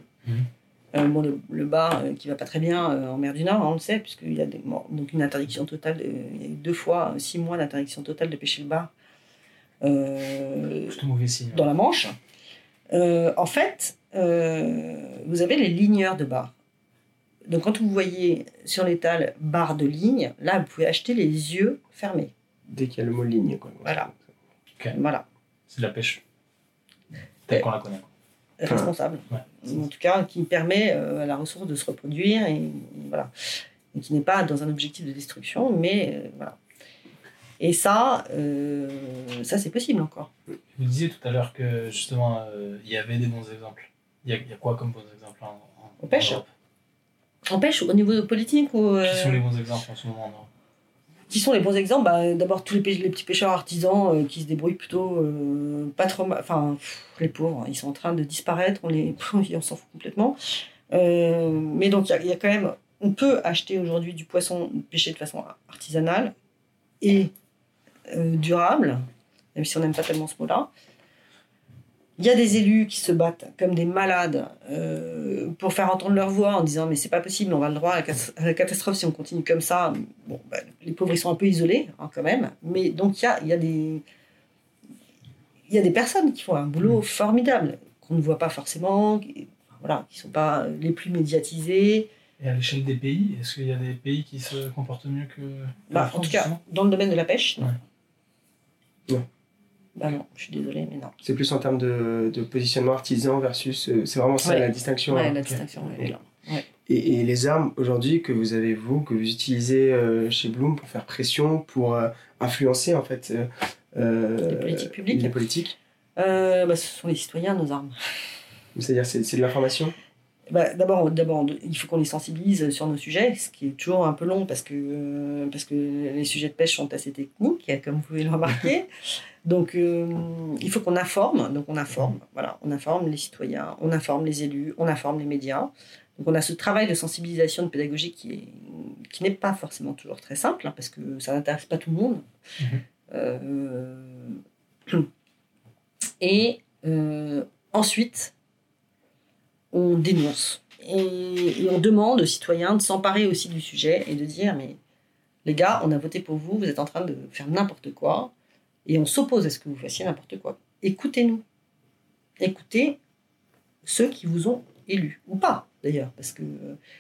Speaker 3: le bar qui va pas très bien en mer du Nord, on le sait, puisqu'il y a donc une interdiction totale, il y a eu 2 fois, 6 mois d'interdiction totale de pêcher le bar
Speaker 2: mauvais signe.
Speaker 3: Dans la Manche. En fait, vous avez les ligneurs de bar. Donc quand vous voyez sur l'étal bar de ligne, là vous pouvez acheter les yeux fermés.
Speaker 4: Dès qu'il y a le mot ligne, quoi.
Speaker 3: Voilà.
Speaker 2: Okay.
Speaker 3: Voilà.
Speaker 2: C'est de la pêche telle qu'on la connaît.
Speaker 3: Responsable. Ouais. En tout cas, qui permet à la ressource de se reproduire et voilà. Et qui n'est pas dans un objectif de destruction, mais voilà. Et ça c'est possible encore.
Speaker 2: Vous disiez tout à l'heure que justement il y avait des bons exemples. Il y a quoi comme bons exemples
Speaker 3: en pêche? En pêche, au niveau politique ou
Speaker 2: Qui sont les bons exemples en ce moment, non?
Speaker 3: Qui sont les bons exemples? D'abord, tous les petits pêcheurs artisans qui se débrouillent plutôt pas trop mal. Enfin, les pauvres, ils sont en train de disparaître, on s'en fout complètement. Mais donc, il y a quand même... On peut acheter aujourd'hui du poisson pêché de façon artisanale et durable, même si on n'aime pas tellement ce mot-là. Il y a des élus qui se battent comme des malades pour faire entendre leur voix en disant mais c'est pas possible, on va le droit à la catastrophe si on continue comme ça. Bon, les pauvres ils sont un peu isolés quand même, mais donc il y a des personnes qui font un boulot formidable qu'on ne voit pas forcément, qui sont pas les plus médiatisés.
Speaker 2: Et à l'échelle des pays, est-ce qu'il y a des pays qui se comportent mieux que
Speaker 3: la France, en tout cas, dans le domaine de la pêche, non.
Speaker 4: Non.
Speaker 3: Non, je suis désolée, mais non.
Speaker 4: C'est plus en termes de positionnement artisan versus... c'est vraiment ça la distinction.
Speaker 3: Ouais, la distinction, elle est là. Ouais.
Speaker 4: Et les armes, aujourd'hui, que vous avez, que vous utilisez chez Bloom pour faire pression, pour influencer, en fait...
Speaker 3: les politiques publiques.
Speaker 4: Les politiques.
Speaker 3: Ce sont les citoyens, nos armes.
Speaker 4: C'est-à-dire, c'est de l'information?
Speaker 3: D'abord, il faut qu'on les sensibilise sur nos sujets, ce qui est toujours un peu long parce que les sujets de pêche sont assez techniques, comme vous pouvez le remarquer. Donc, il faut qu'on informe. Donc, on informe les citoyens, on informe les élus, on informe les médias. Donc, on a ce travail de sensibilisation, de pédagogie qui n'est pas forcément toujours très simple, parce que ça n'intéresse pas tout le monde. Et ensuite, on dénonce. Et on demande aux citoyens de s'emparer aussi du sujet et de dire mais les gars, on a voté pour vous, vous êtes en train de faire n'importe quoi et on s'oppose à ce que vous fassiez n'importe quoi. Écoutez-nous. Écoutez ceux qui vous ont élus. Ou pas, d'ailleurs. Parce que...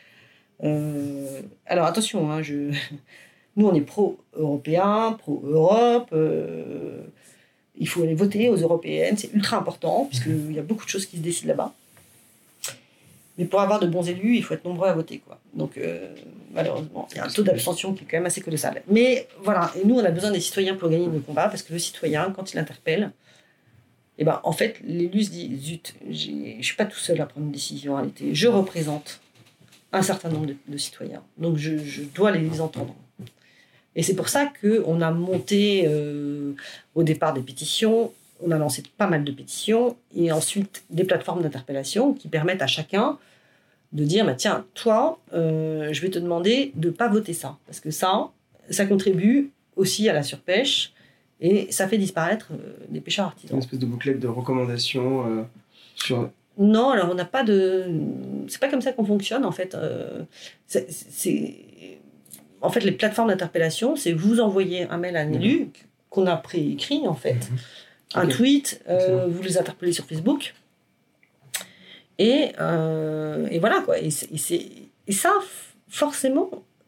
Speaker 3: alors, attention, nous, on est pro-européen, pro-Europe. Il faut aller voter aux européennes. C'est ultra important, puisqu'il y a beaucoup de choses qui se décident là-bas. Mais pour avoir de bons élus, il faut être nombreux à voter, quoi. Donc, malheureusement, il y a un taux d'abstention qui est quand même assez colossal. Mais voilà, et nous, on a besoin des citoyens pour gagner nos combats, parce que le citoyen, quand il interpelle, en fait, l'élu se dit, zut, je ne suis pas tout seul à prendre une décision, en réalité. Je représente un certain nombre de citoyens. Donc, je dois les entendre. Et c'est pour ça qu'on a monté, au départ, des pétitions. On a lancé pas mal de pétitions et ensuite des plateformes d'interpellation qui permettent à chacun de dire tiens, toi, je vais te demander de ne pas voter ça. Parce que ça contribue aussi à la surpêche et ça fait disparaître des pêcheurs artisans.
Speaker 4: Une espèce de bouclette de recommandations sur...
Speaker 3: Non, alors on n'a pas de... C'est pas comme ça qu'on fonctionne en fait. En fait, les plateformes d'interpellation, c'est vous envoyer un mail à un élu qu'on a préécrit en fait. Un tweet, vous les interpellez sur Facebook. Et voilà, quoi. Et ça, forcément,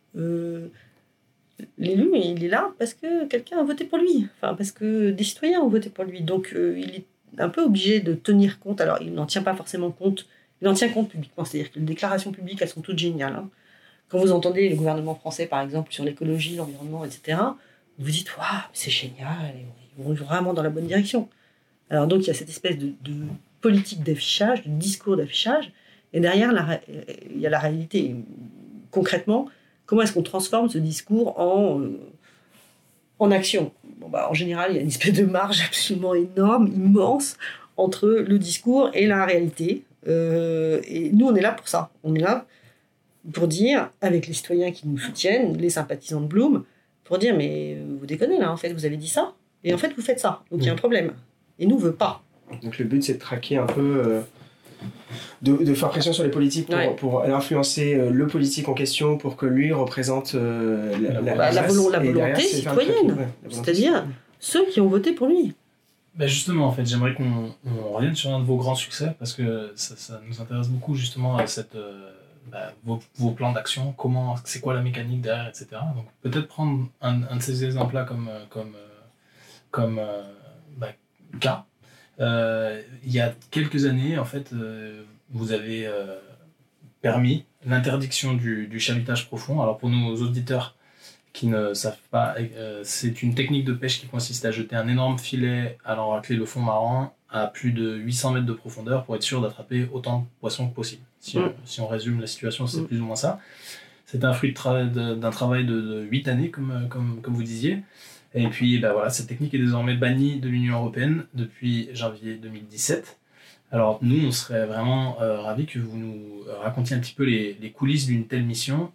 Speaker 3: l'élu, il est là parce que quelqu'un a voté pour lui. Enfin, parce que des citoyens ont voté pour lui. Donc, il est un peu obligé de tenir compte. Alors, il n'en tient pas forcément compte. Il en tient compte publiquement. C'est-à-dire que les déclarations publiques, elles sont toutes géniales. Hein. Quand vous entendez le gouvernement français, par exemple, sur l'écologie, l'environnement, etc., vous dites « Waouh, c'est génial !» Ils vont vraiment dans la bonne direction. Alors donc, il y a cette espèce de politique d'affichage, de discours d'affichage, et derrière, il y a la réalité. Concrètement, comment est-ce qu'on transforme ce discours en action ? En général, il y a une espèce de marge absolument énorme, immense, entre le discours et la réalité. Et nous, on est là pour ça. On est là pour dire, avec les citoyens qui nous soutiennent, les sympathisants de Bloom, pour dire, mais vous déconnez là, en fait, vous avez dit ça, et en fait, vous faites ça. Donc, il y a un problème. Et nous, on veut pas.
Speaker 4: Donc, le but, c'est de traquer un peu... de faire pression sur les politiques pour influencer le politique en question pour que lui représente
Speaker 3: la volonté citoyenne. C'est-à-dire ceux qui ont voté pour lui.
Speaker 2: Ben justement, en fait, j'aimerais qu'on revienne sur un de vos grands succès parce que ça nous intéresse beaucoup justement à vos plans d'action, c'est quoi la mécanique derrière, etc. Donc peut-être prendre un de ces exemples-là comme cas. Il y a quelques années, en fait, vous avez permis l'interdiction du chalutage profond. Alors pour nos auditeurs qui ne savent pas, c'est une technique de pêche qui consiste à jeter un énorme filet allant racler le fond marin à plus de 800 mètres de profondeur pour être sûr d'attraper autant de poissons que possible. Si on résume la situation, c'est plus ou moins ça. C'est un fruit d'un travail de 8 années, comme vous disiez. Et puis voilà, cette technique est désormais bannie de l'Union européenne depuis janvier 2017. Alors nous, on serait vraiment ravis que vous nous racontiez un petit peu les coulisses d'une telle mission,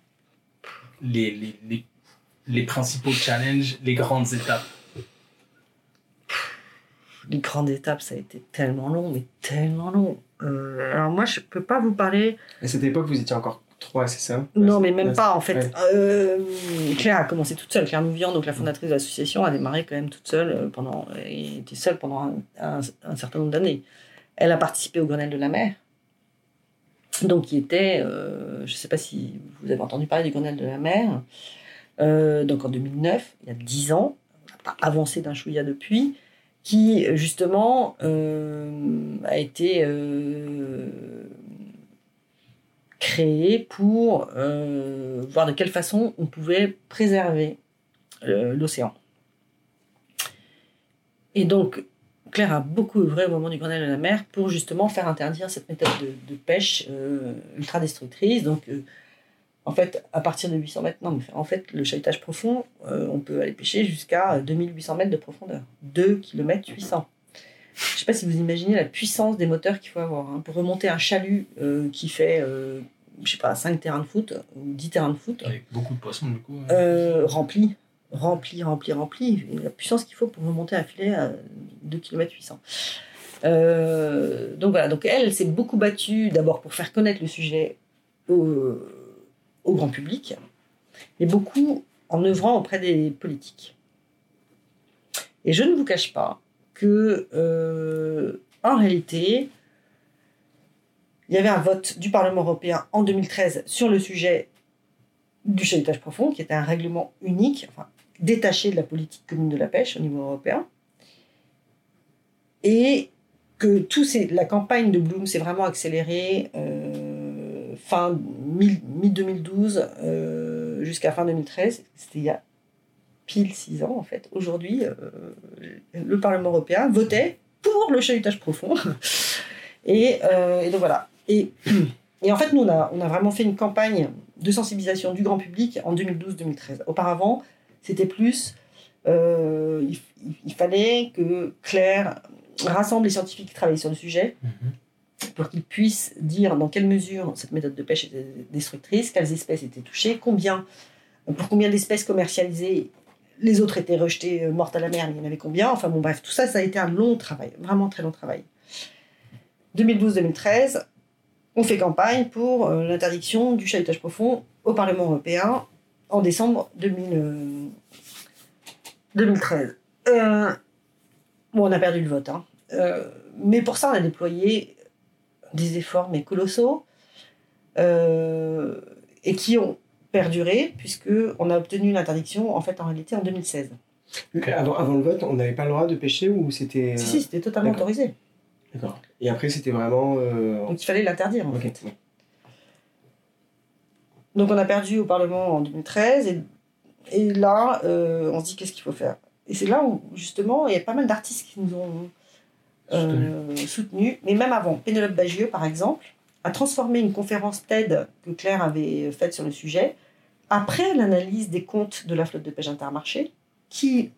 Speaker 2: les principaux challenges, les grandes étapes.
Speaker 3: Les grandes étapes, ça a été tellement long, mais tellement long. Alors moi, je peux pas vous parler...
Speaker 4: À cette époque, vous étiez encore 3, c'est ça ?
Speaker 3: Non, mais même pas, en fait. Claire a commencé toute seule. Claire Nouvian, donc la fondatrice de l'association, a démarré quand même toute seule elle était seule pendant un certain nombre d'années. Elle a participé au Grenelle de la mer, donc qui était... je sais pas si vous avez entendu parler du Grenelle de la mer, donc en 2009, il y a 10 ans, on n'a pas avancé d'un chouïa depuis, qui justement a été créé pour voir de quelle façon on pouvait préserver l'océan. Et donc, Claire a beaucoup œuvré au moment du Grenelle de la mer pour justement faire interdire cette méthode de pêche ultra destructrice. Donc, en fait, à partir de 800 mètres, non, mais en fait, le chalutage profond, on peut aller pêcher jusqu'à 2800 mètres de profondeur. 2 km 800. Je ne sais pas si vous imaginez la puissance des moteurs qu'il faut avoir pour remonter un chalut qui fait, je sais pas, 5 terrains de foot ou 10 terrains de foot.
Speaker 2: Avec beaucoup de poissons, du coup.
Speaker 3: Rempli. Et la puissance qu'il faut pour remonter un filet à 2 km 800. Donc voilà, donc elle s'est beaucoup battue d'abord pour faire connaître le sujet au grand public, et beaucoup en œuvrant auprès des politiques. Et je ne vous cache pas que, en réalité, il y avait un vote du Parlement européen en 2013 sur le sujet du chalutage profond, qui était un règlement unique, enfin, détaché de la politique commune de la pêche au niveau européen, et que la campagne de Bloom s'est vraiment accélérée fin mi-2012 jusqu'à fin 2013. C'était il y a pile 6 ans, en fait. Aujourd'hui, le Parlement européen votait pour le chalutage profond. Et donc voilà. Et en fait, nous, on a vraiment fait une campagne de sensibilisation du grand public en 2012-2013. Auparavant, c'était plus... il fallait que Claire rassemble les scientifiques qui travaillaient sur le sujet pour qu'ils puissent dire dans quelle mesure cette méthode de pêche était destructrice, quelles espèces étaient touchées, pour combien d'espèces commercialisées les autres étaient rejetées, mortes à la mer, il y en avait combien. Enfin bon, bref, tout ça, ça a été un long travail, vraiment très long travail. 2012-2013, on fait campagne pour l'interdiction du chalutage profond au Parlement européen en décembre 2013. Bon, on a perdu le vote, mais pour ça, on a déployé des efforts mais colossaux et qui ont perduré puisqu'on a obtenu l'interdiction en réalité en 2016.
Speaker 4: Avant le vote, on n'avait pas le droit de pêcher ou c'était...
Speaker 3: Si, c'était totalement autorisé.
Speaker 4: D'accord. Et après, c'était vraiment...
Speaker 3: Donc il fallait l'interdire en fait. Donc on a perdu au Parlement en 2013 et là, on se dit qu'est-ce qu'il faut faire. Et c'est là où justement, il y a pas mal d'artistes qui nous ont soutenus, mais même avant. Pénélope Bagieux, par exemple, a transformé une conférence TED que Claire avait faite sur le sujet, après l'analyse des comptes de la flotte de pêche Intermarché, qui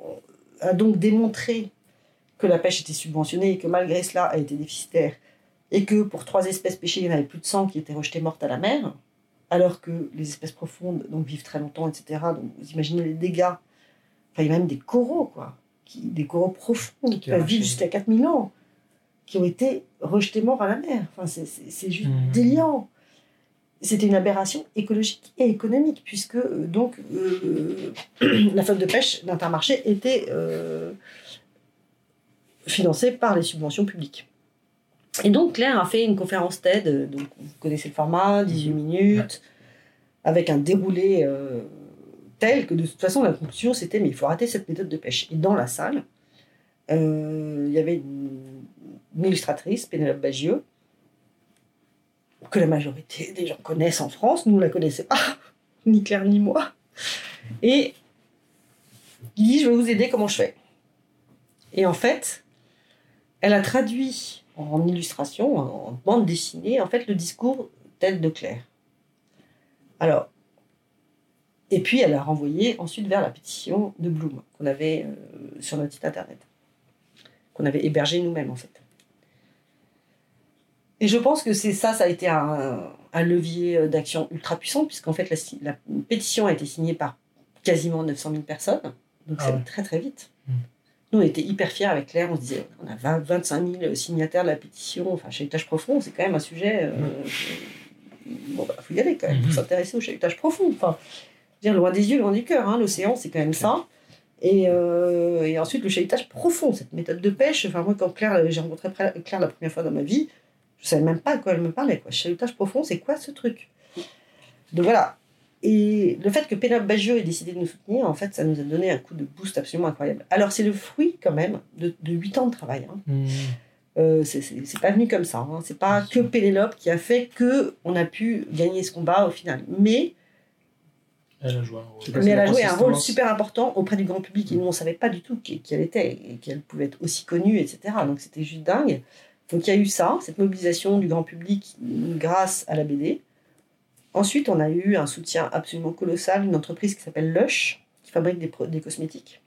Speaker 3: a donc démontré que la pêche était subventionnée et que malgré cela, elle était déficitaire, et que pour 3 espèces pêchées, il y en avait plus de 100 qui étaient rejetées mortes à la mer, alors que les espèces profondes donc, vivent très longtemps, etc. Donc vous imaginez les dégâts. Enfin, il y a même des coraux, quoi. Des coraux profonds qui peuvent vivre jusqu'à 4000 ans, qui ont été rejetés morts à la mer. Enfin, c'est juste déliant. C'était une aberration écologique et économique, puisque la flotte de pêche d'Intermarché était financée par les subventions publiques. Et donc Claire a fait une conférence TED, donc vous connaissez le format, 18 minutes, avec un déroulé tel que de toute façon la conclusion c'était mais il faut arrêter cette méthode de pêche. Et dans la salle, il y avait une illustratrice, Pénélope Bagieux, que la majorité des gens connaissent en France, nous on ne la connaissait pas, ni Claire ni moi, et il dit je vais vous aider, comment je fais? Et en fait, elle a traduit en illustration, en bande dessinée, en fait le discours tel de Claire. Alors, et puis elle a renvoyé ensuite vers la pétition de Bloom, qu'on avait sur notre site internet, qu'on avait hébergé nous-mêmes en fait. Et je pense que ça a été un levier d'action ultra puissant, puisqu'en fait la pétition a été signée par quasiment 900 000 personnes, donc ça allait très très vite. Nous, on était hyper fiers avec Claire, on se disait, on a 25 000 signataires de la pétition, enfin, chahutage profond, c'est quand même un sujet... bon, faut y aller quand même, faut s'intéresser au chahutage profond. Enfin, dire loin des yeux, loin du cœur, hein, l'océan, c'est quand même ça. Et ensuite, le chahutage profond, cette méthode de pêche. Enfin, moi, quand j'ai rencontré Claire la première fois dans ma vie, je savais même pas à quoi elle me parlait, quoi. Chahutage profond, c'est quoi ce truc? Donc voilà. Et le fait que Pénélope Bagieux ait décidé de nous soutenir, en fait, ça nous a donné un coup de boost absolument incroyable. Alors, c'est le fruit, quand même, de 8 ans de travail. Hein. C'est pas venu comme ça. Hein. C'est pas que Pénélope qui a fait qu'on a pu gagner ce combat au final. Mais
Speaker 2: elle a
Speaker 3: joué un rôle super important auprès du grand public. Et nous, on savait pas du tout qui elle était et qu'elle pouvait être aussi connue, etc. Donc, c'était juste dingue. Donc, il y a eu ça, cette mobilisation du grand public grâce à la BD. Ensuite, on a eu un soutien absolument colossal, une entreprise qui s'appelle Lush, qui fabrique des cosmétiques.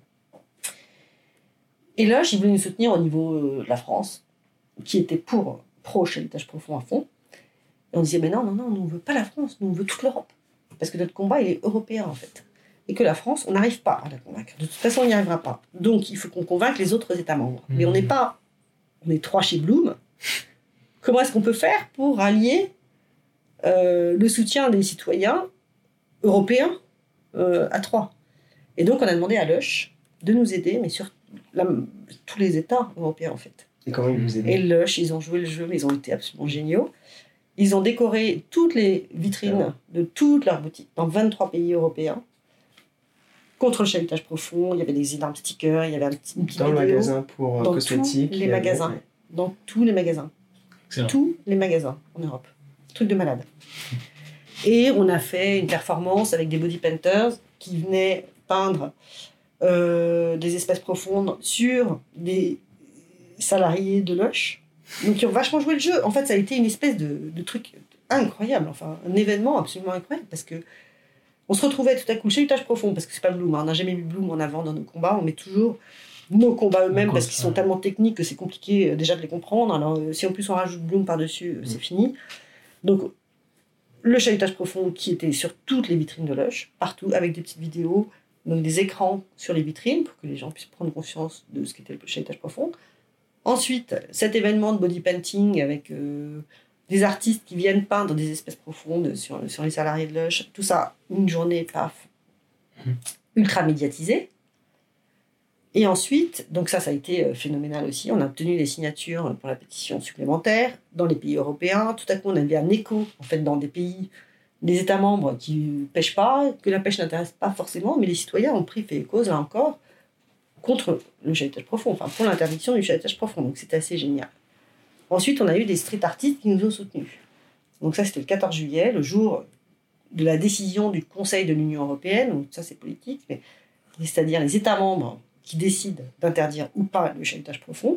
Speaker 3: Et Lush, ils voulaient nous soutenir au niveau de la France, qui était pro chahutage profond à fond. Et on disait, mais non, nous, on ne veut pas la France, nous, on veut toute l'Europe. Parce que notre combat, il est européen, en fait. Et que la France, on n'arrive pas à la convaincre. De toute façon, on n'y arrivera pas. Donc, il faut qu'on convainque les autres États membres. Mais on est 3 chez Bloom. Comment est-ce qu'on peut faire pour rallier le soutien des citoyens européens à 3? Et donc, on a demandé à Lush de nous aider, mais sur tous les États européens, en fait.
Speaker 4: Et comment ils vous aident?
Speaker 3: Et Lush, ils ont joué le jeu, mais ils ont été absolument géniaux. Ils ont décoré toutes les vitrines de toutes leurs boutiques dans 23 pays européens contre le chahutage profond. Il y avait des énormes stickers, il y avait une petite
Speaker 4: dans
Speaker 3: vidéo.
Speaker 4: Le magasin pour cosmétiques.
Speaker 3: Tous les magasins. Dans tous les magasins.
Speaker 2: Excellent. Tous
Speaker 3: les magasins en Europe. Truc de malade. Et on a fait une performance avec des body painters qui venaient peindre des espèces profondes sur des salariés de Lush. Donc ils ont vachement joué le jeu. En fait, ça a été une espèce de truc incroyable, enfin un événement absolument incroyable, parce que on se retrouvait tout à coup le chahutage profond, parce que c'est pas Bloom, hein. On n'a jamais mis Bloom en avant dans nos combats, on met toujours nos combats eux-mêmes parce qu'ils sont tellement techniques que c'est compliqué déjà de les comprendre. Alors si en plus on rajoute Bloom par-dessus, c'est fini. Donc le chahutage profond qui était sur toutes les vitrines de Lush, partout, avec des petites vidéos, donc des écrans sur les vitrines pour que les gens puissent prendre conscience de ce qu'était le chahutage profond. Ensuite, cet événement de body painting avec des artistes qui viennent peindre des espèces profondes sur les salariés de Lush, tout ça, une journée, paf, ultra médiatisée. Et ensuite, donc ça a été phénoménal aussi, on a obtenu des signatures pour la pétition supplémentaire dans les pays européens. Tout à coup, on avait un écho, en fait, dans des pays, des États membres qui ne pêchent pas, que la pêche n'intéresse pas forcément, mais les citoyens ont pris fait et cause, là encore, contre le chahutage profond, enfin pour l'interdiction du chahutage profond. Donc c'était assez génial. Ensuite, on a eu des street artistes qui nous ont soutenus. Donc ça, c'était le 14 juillet, le jour de la décision du Conseil de l'Union européenne. Donc ça, c'est politique, mais c'est-à-dire les États membres qui décident d'interdire ou pas le chahutage profond.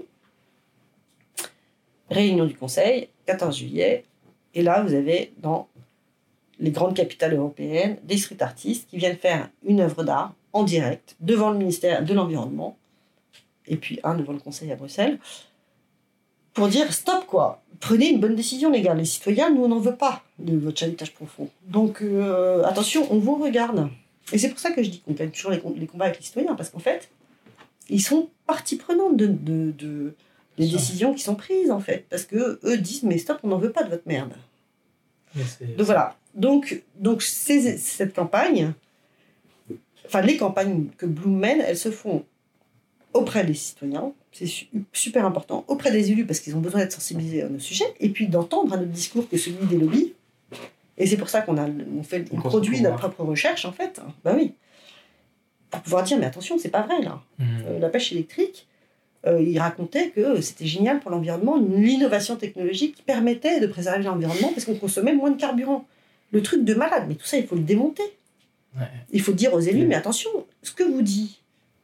Speaker 3: Réunion du Conseil, 14 juillet. Et là, vous avez dans les grandes capitales européennes des street artistes qui viennent faire une œuvre d'art en direct, devant le ministère de l'Environnement, et puis un devant le Conseil à Bruxelles, pour dire stop, quoi. Prenez une bonne décision, les gars. Les citoyens, nous, on n'en veut pas de votre chalutage profond. Donc, attention, on vous regarde. Et c'est pour ça que je dis qu'on gagne toujours les combats avec les citoyens, parce qu'en fait, ils sont partie prenante des décisions qui sont prises, en fait. Parce que eux disent, mais stop, on n'en veut pas de votre merde. Donc voilà. Donc cette campagne, enfin les campagnes que Bloom mène, elles se font auprès des citoyens, c'est super important, auprès des élus parce qu'ils ont besoin d'être sensibilisés à nos sujets, et puis d'entendre un autre discours que celui des lobbies. Et c'est pour ça qu'on produit notre propre recherche, en fait. Ben oui. Pour pouvoir dire, mais attention, c'est pas vrai, là. La pêche électrique, il racontait que c'était génial pour l'environnement, l'innovation technologique qui permettait de préserver l'environnement parce qu'on consommait moins de carburant. Le truc de malade, mais tout ça, il faut le démonter. Ouais. Il faut dire aux élus, mais attention, ce que vous dites,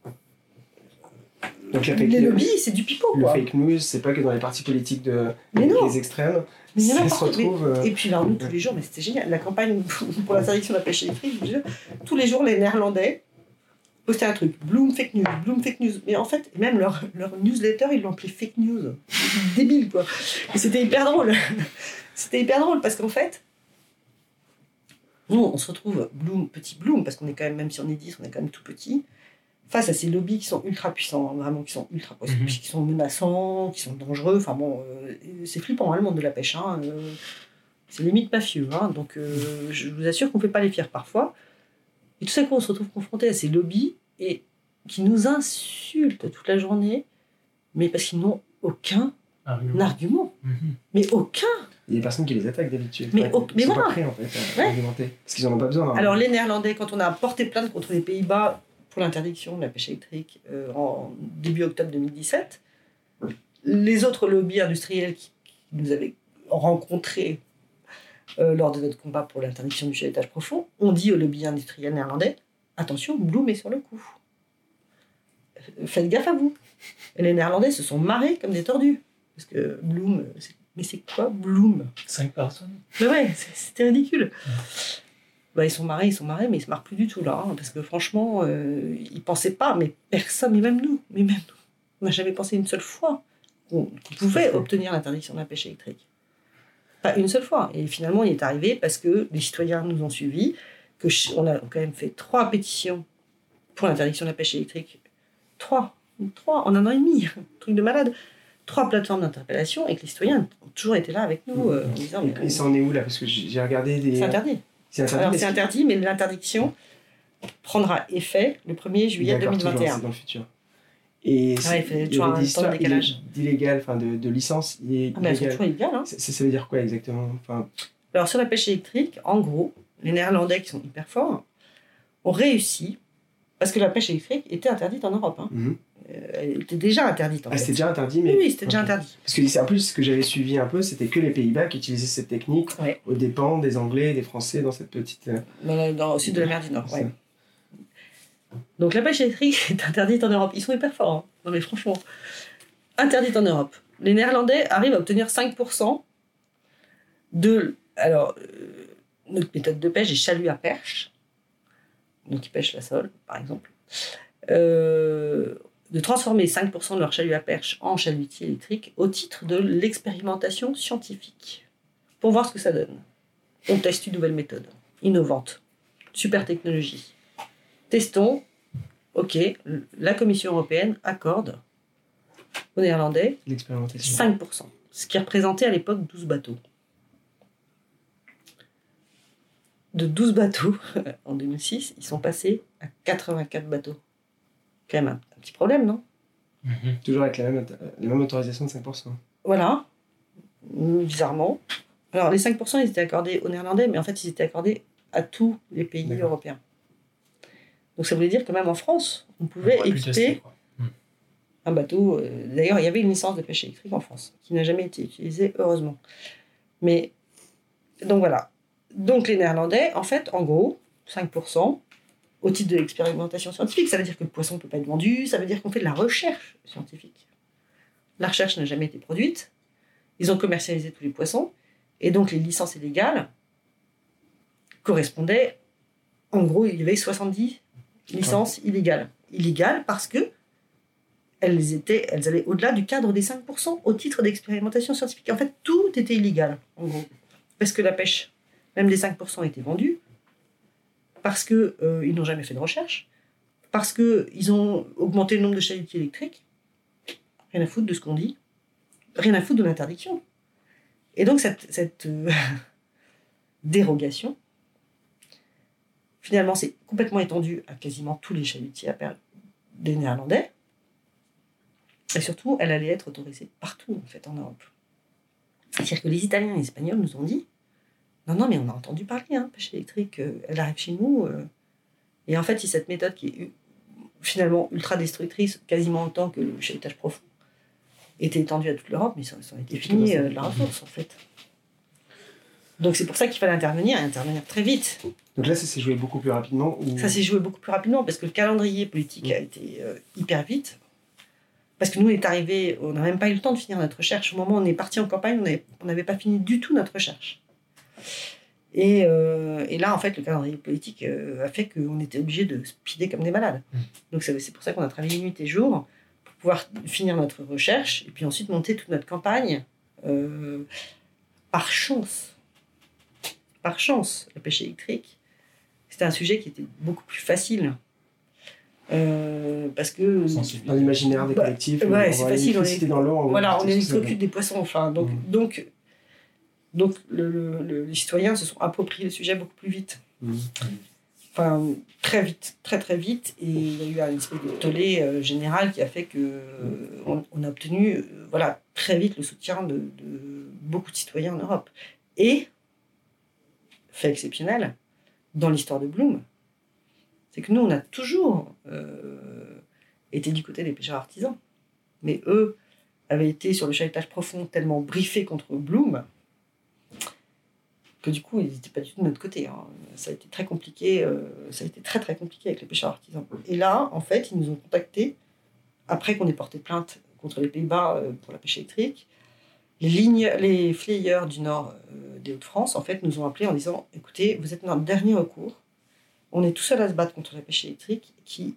Speaker 3: donc les lobbies, c'est du pipeau.
Speaker 4: Le fake news, c'est pas que dans les partis politiques des extrêmes, ça se retrouve...
Speaker 3: Et puis là, nous, tous les jours, mais c'était génial, la campagne pour l'interdiction de la pêche électrique, tous les jours, les Néerlandais postaient un truc, Bloom fake news. Mais en fait, même leur newsletter, ils l'ont appelé fake news. Débile, quoi. Et c'était hyper drôle. Parce qu'en fait, nous, on se retrouve petit Bloom, parce qu'on est quand même si on est 10, on est quand même tout petit, face à ces lobbies qui sont ultra puissants, hein, vraiment, qui sont ultra puissants, qui sont menaçants, qui sont dangereux. Enfin bon, c'est flippant, hein, le monde de la pêche. Hein, c'est limite mafieux. Hein, donc, je vous assure qu'on ne fait pas les fiers parfois. Et tout ça, on se retrouve confronté à ces lobbies et qui nous insultent toute la journée, mais parce qu'ils n'ont aucun argument. Mais aucun.
Speaker 4: Il y a des personnes qui les attaquent d'habitude.
Speaker 3: Mais
Speaker 4: ils sont pas prêts, en fait, à argumenter. Parce qu'ils n'en ont pas besoin.
Speaker 3: Alors, les Néerlandais, quand on a porté plainte contre les Pays-Bas pour l'interdiction de la pêche électrique en début octobre 2017, les autres lobbies industriels qui nous avaient rencontrés lors de notre combat pour l'interdiction du chalutage profond ont dit aux lobbies industriels néerlandais « Attention, Bloom est sur le coup. Faites gaffe à vous. » Et les Néerlandais se sont marrés comme des tordus. Parce que Bloom... Mais c'est quoi Bloom ?
Speaker 2: 5 personnes.
Speaker 3: Mais ouais, c'était ridicule. Bah, ils sont marrés, mais ils se marrent plus du tout là. Hein, parce que franchement, ils pensaient pas, mais personne, mais même nous, on n'a jamais pensé une seule fois qu'on pouvait obtenir l'interdiction de la pêche électrique. Pas une seule fois. Et finalement, il est arrivé parce que les citoyens nous ont suivis, on a quand même fait 3 pétitions pour l'interdiction de la pêche électrique. 3 en 1 an et demi. Truc de malade. 3 plateformes d'interpellation et que les citoyens ont toujours été là avec nous en disant...
Speaker 4: Et ça en est où là ? Parce que j'ai regardé des...
Speaker 3: C'est interdit. C'est interdit, mais l'interdiction prendra effet le 1er juillet 2021.
Speaker 4: C'est dans le futur. Et
Speaker 3: il y a toujours un temps de décalage.
Speaker 4: D'illégal, enfin de licence.
Speaker 3: Mais elles sont toujours illégales. Hein.
Speaker 4: Ça veut dire quoi exactement ?
Speaker 3: Alors sur la pêche électrique, en gros, les Néerlandais qui sont hyper forts ont réussi, parce que la pêche électrique était interdite en Europe. Hein. Elle était déjà interdite.
Speaker 4: C'était déjà interdit, mais...
Speaker 3: Oui, c'était déjà interdit.
Speaker 4: Parce que en plus, ce que j'avais suivi un peu, c'était que les Pays-Bas qui utilisaient cette technique aux dépens des Anglais, des Français dans cette petite...
Speaker 3: Dans le sud de la mer du Nord, ouais. Donc la pêche électrique est interdite en Europe. Ils sont hyper forts. Hein. Non mais franchement, interdite en Europe. Les Néerlandais arrivent à obtenir 5% de... Alors, notre méthode de pêche est chalut à perche. Donc ils pêchent la sole, par exemple. De transformer 5% de leur chalut à perche en chalutier électrique au titre de l'expérimentation scientifique. Pour voir ce que ça donne. On teste une nouvelle méthode, innovante, super technologie. Testons, ok, la Commission européenne accorde aux Néerlandais 5%, ce qui représentait à l'époque 12 bateaux. De 12 bateaux, en 2006, ils sont passés à 84 bateaux. Quand même un petit problème, non ?
Speaker 4: Toujours avec la même autorisation de 5%.
Speaker 3: Voilà, bizarrement. Alors les 5%, ils étaient accordés aux Néerlandais, mais en fait, ils étaient accordés à tous les pays européens. Donc ça voulait dire que même en France, on pouvait équiper un bateau. D'ailleurs, il y avait une licence de pêche électrique en France, qui n'a jamais été utilisée, heureusement. Mais, donc voilà. Donc les Néerlandais, en fait, en gros, 5%, au titre de l'expérimentation scientifique, ça veut dire que le poisson ne peut pas être vendu, ça veut dire qu'on fait de la recherche scientifique. La recherche n'a jamais été produite, ils ont commercialisé tous les poissons, et donc les licences illégales correspondaient, en gros, il y avait 70 licences illégales. Illégales parce que elles allaient au-delà du cadre des 5% au titre d'expérimentation scientifique. En fait, tout était illégal, en gros. Parce que la pêche, même les 5% étaient vendus, parce qu'ils n'ont jamais fait de recherche, parce qu'ils ont augmenté le nombre de chalutiers électriques, rien à foutre de ce qu'on dit, rien à foutre de l'interdiction. Et donc cette dérogation, finalement, c'est complètement étendue à quasiment tous les chalutiers des Néerlandais. Et surtout, elle allait être autorisée partout, en fait, en Europe. C'est-à-dire que les Italiens et les Espagnols nous ont dit « Non, mais on a entendu parler, pêche électrique, elle arrive chez nous. » Et en fait, c'est cette méthode qui est finalement ultra destructrice, quasiment autant que le chalutage profond, était étendue à toute l'Europe, mais ça a été fini la ressource, en fait. Donc c'est pour ça qu'il fallait intervenir, et intervenir très vite.
Speaker 4: Donc là, ça s'est joué beaucoup plus rapidement
Speaker 3: Ça s'est joué beaucoup plus rapidement, parce que le calendrier politique a été hyper vite. Parce que nous, on est arrivés, on n'a même pas eu le temps de finir notre recherche. Au moment où on est parti en campagne, on n'avait pas fini du tout notre recherche. Et là, en fait, le calendrier politique a fait qu'on était obligé de speeder comme des malades. Donc c'est pour ça qu'on a travaillé nuit et jour, pour pouvoir finir notre recherche, et puis ensuite monter toute notre campagne par chance. Par chance, la pêche électrique, c'était un sujet qui était beaucoup plus facile. Parce que
Speaker 4: dans l'imaginaire des collectifs,
Speaker 3: c'est facile,
Speaker 4: dans l'eau,
Speaker 3: on électrocute des poissons, enfin, donc les citoyens se sont appropriés le sujet beaucoup plus vite. Enfin, très vite, très très vite, et il y a eu une espèce de tollé général qui a fait que on a obtenu très vite le soutien de beaucoup de citoyens en Europe. Et fait exceptionnel dans l'histoire de Bloom, c'est que nous, on a toujours été du côté des pêcheurs artisans. Mais eux avaient été sur le chalutage profond tellement briefés contre Bloom que du coup, ils n'étaient pas du tout de notre côté. Ça a été très compliqué. Ça a été très, très compliqué avec les pêcheurs artisans. Et là, en fait, ils nous ont contactés, après qu'on ait porté plainte contre les Pays-Bas pour la pêche électrique. Les flayeurs du nord des Hauts-de-France, en fait, nous ont appelés en disant « Écoutez, vous êtes notre dernier recours. On est tout seul à se battre contre la pêche électrique qui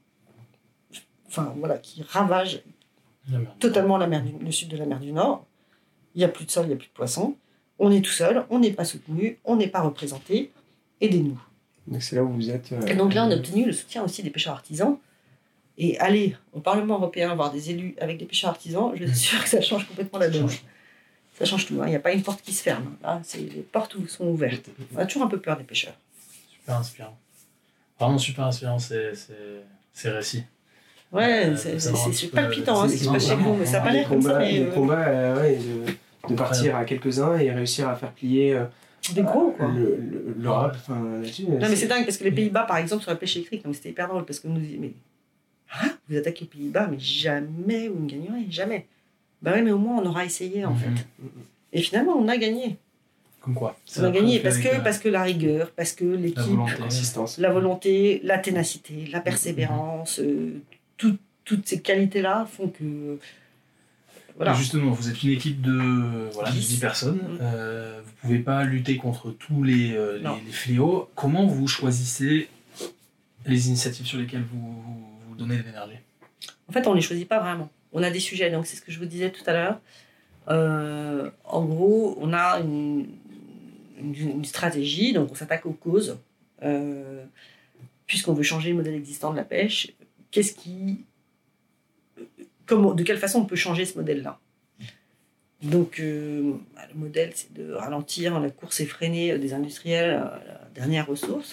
Speaker 3: ravage totalement le sud de la mer du Nord. Il n'y a plus de sol, il n'y a plus de poissons. On est tout seul, on n'est pas soutenu, on n'est pas représenté. Aidez-nous. »
Speaker 4: Donc c'est là où vous êtes...
Speaker 3: Et donc là, on a obtenu le soutien aussi des pêcheurs artisans. Et aller au Parlement européen voir des élus avec des pêcheurs artisans, je suis sûre que ça change complètement la donne. Ça change tout. Il n'y a pas une porte qui se ferme. Là, les portes sont ouvertes. On a toujours un peu peur des pêcheurs.
Speaker 2: Super inspirant. Vraiment super inspirant ces récits.
Speaker 3: Ouais, c'est palpitant ce qui se passe chez vous. Ça n'a pas l'air comme ça.
Speaker 4: Les combats, de partir à quelques-uns et réussir à faire plier
Speaker 3: des gros, quoi.
Speaker 4: l'Europe.
Speaker 3: Non, mais c'est dingue parce que les Pays-Bas, par exemple, sur la pêche électrique, c'était hyper drôle parce que nous disions, mais vous attaquez les Pays-Bas, mais jamais vous ne gagnerez, jamais. Ben oui, mais au moins on aura essayé en fait. Et finalement, on a gagné.
Speaker 2: Comme quoi?
Speaker 3: On a gagné parce que la rigueur, parce que l'équipe, la volonté, la ténacité, la persévérance, toutes ces qualités-là font que...
Speaker 2: Voilà. Et justement, vous êtes une équipe de 10 personnes. Vous ne pouvez pas lutter contre tous les fléaux. Comment vous choisissez les initiatives sur lesquelles vous donnez de l'énergie?
Speaker 3: En fait, on ne les choisit pas vraiment. On a des sujets, donc c'est ce que je vous disais tout à l'heure. En gros, on a une stratégie, donc on s'attaque aux causes. Puisqu'on veut changer le modèle existant de la pêche, de quelle façon on peut changer ce modèle-là? Donc, le modèle, c'est de ralentir la course effrénée des industriels à la dernière ressource,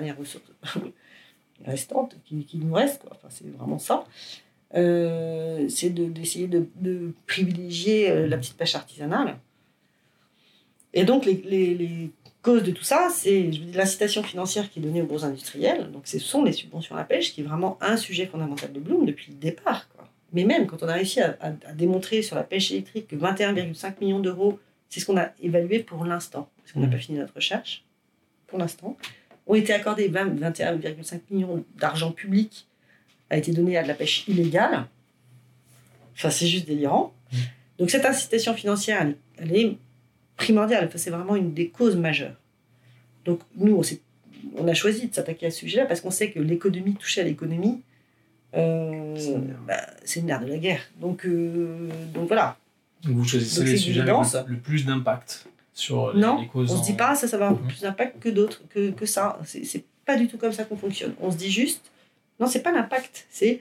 Speaker 3: restante qui nous reste, quoi. Enfin, c'est vraiment ça. C'est d'essayer de privilégier la petite pêche artisanale. Et donc, les causes de tout ça, c'est l'incitation financière qui est donnée aux gros industriels. Donc, ce sont les subventions à la pêche, qui est vraiment un sujet fondamental de Bloom depuis le départ, quoi. Mais même quand on a réussi à démontrer sur la pêche électrique que 21,5 millions d'euros, c'est ce qu'on a évalué pour l'instant, parce qu'on n'a pas fini notre recherche, pour l'instant, ont été accordés 21,5 millions d'argent public a été donné à de la pêche illégale. Enfin, c'est juste délirant. Donc cette incitation financière, elle est primordiale. Enfin, c'est vraiment une des causes majeures. Donc nous, on a choisi de s'attaquer à ce sujet-là parce qu'on sait que l'économie, toucher à l'économie, c'est le nerf de la guerre. Donc voilà.
Speaker 2: Donc vous choisissez
Speaker 3: Donc
Speaker 2: les
Speaker 3: c'est
Speaker 2: sujets
Speaker 3: l'évidence.
Speaker 2: avec le plus d'impact sur
Speaker 3: Non,
Speaker 2: les causes.
Speaker 3: on se dit pas ça va avoir
Speaker 2: Mhm.
Speaker 3: plus d'impact que d'autres, que ça. C'est pas du tout comme ça qu'on fonctionne. On se dit juste, non, c'est pas l'impact, c'est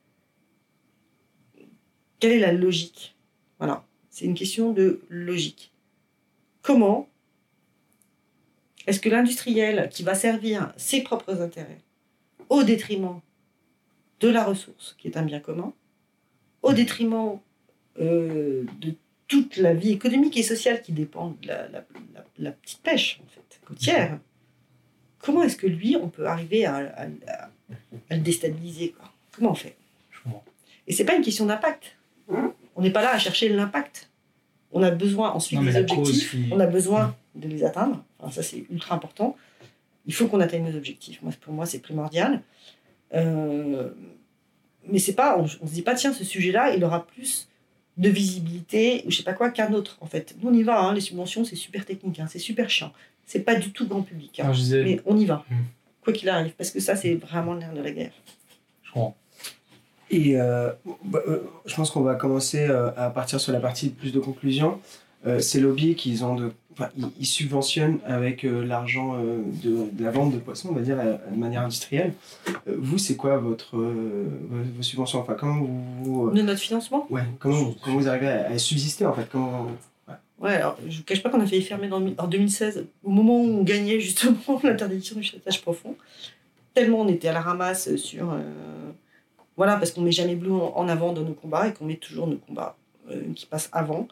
Speaker 3: quelle est la logique. Voilà, c'est une question de logique. Comment est-ce que l'industriel qui va servir ses propres intérêts au détriment de la ressource, qui est un bien commun, au détriment de toute la vie économique et sociale qui dépend de la petite pêche, en fait, côtière, comment est-ce que lui, on peut arriver à le déstabiliser, quoi? Comment on fait?
Speaker 2: Je comprends.
Speaker 3: Et c'est pas une question d'impact. On n'est pas là à chercher l'impact. On a besoin, on suit
Speaker 2: Non, mais
Speaker 3: des
Speaker 2: la cause
Speaker 3: objectifs,
Speaker 2: qui-
Speaker 3: on a besoin de les atteindre. Enfin, ça, c'est ultra important. Il faut qu'on atteigne nos objectifs. Pour moi, c'est primordial. Mais c'est pas, on se dit pas, tiens, ce sujet-là, il aura plus de visibilité ou je sais pas quoi qu'un autre, en fait. Nous, on y va, hein, les subventions, c'est super technique, hein, c'est super chiant. C'est pas du tout grand public. Hein,
Speaker 2: Alors, je disais,
Speaker 3: mais on y va,
Speaker 2: Mm.
Speaker 3: quoi qu'il arrive, parce que ça, c'est vraiment le nerf de la guerre.
Speaker 2: je comprends.
Speaker 4: Et je pense qu'on va commencer à partir sur la partie plus de conclusion. Ces lobbies ils subventionnent avec l'argent de la vente de poissons, on va dire, de manière industrielle. Vous, c'est quoi vos subventions? Enfin, comment vous
Speaker 3: De notre financement.
Speaker 4: comment vous arrivez à subsister en fait?
Speaker 3: Ouais, alors, je ne vous cache pas qu'on a failli fermer en 2016, au moment où on gagnait justement l'interdiction du chassage profond. Tellement on était à la ramasse sur... voilà, parce qu'on ne met jamais Blue en avant dans nos combats et qu'on met toujours nos combats qui passent avant.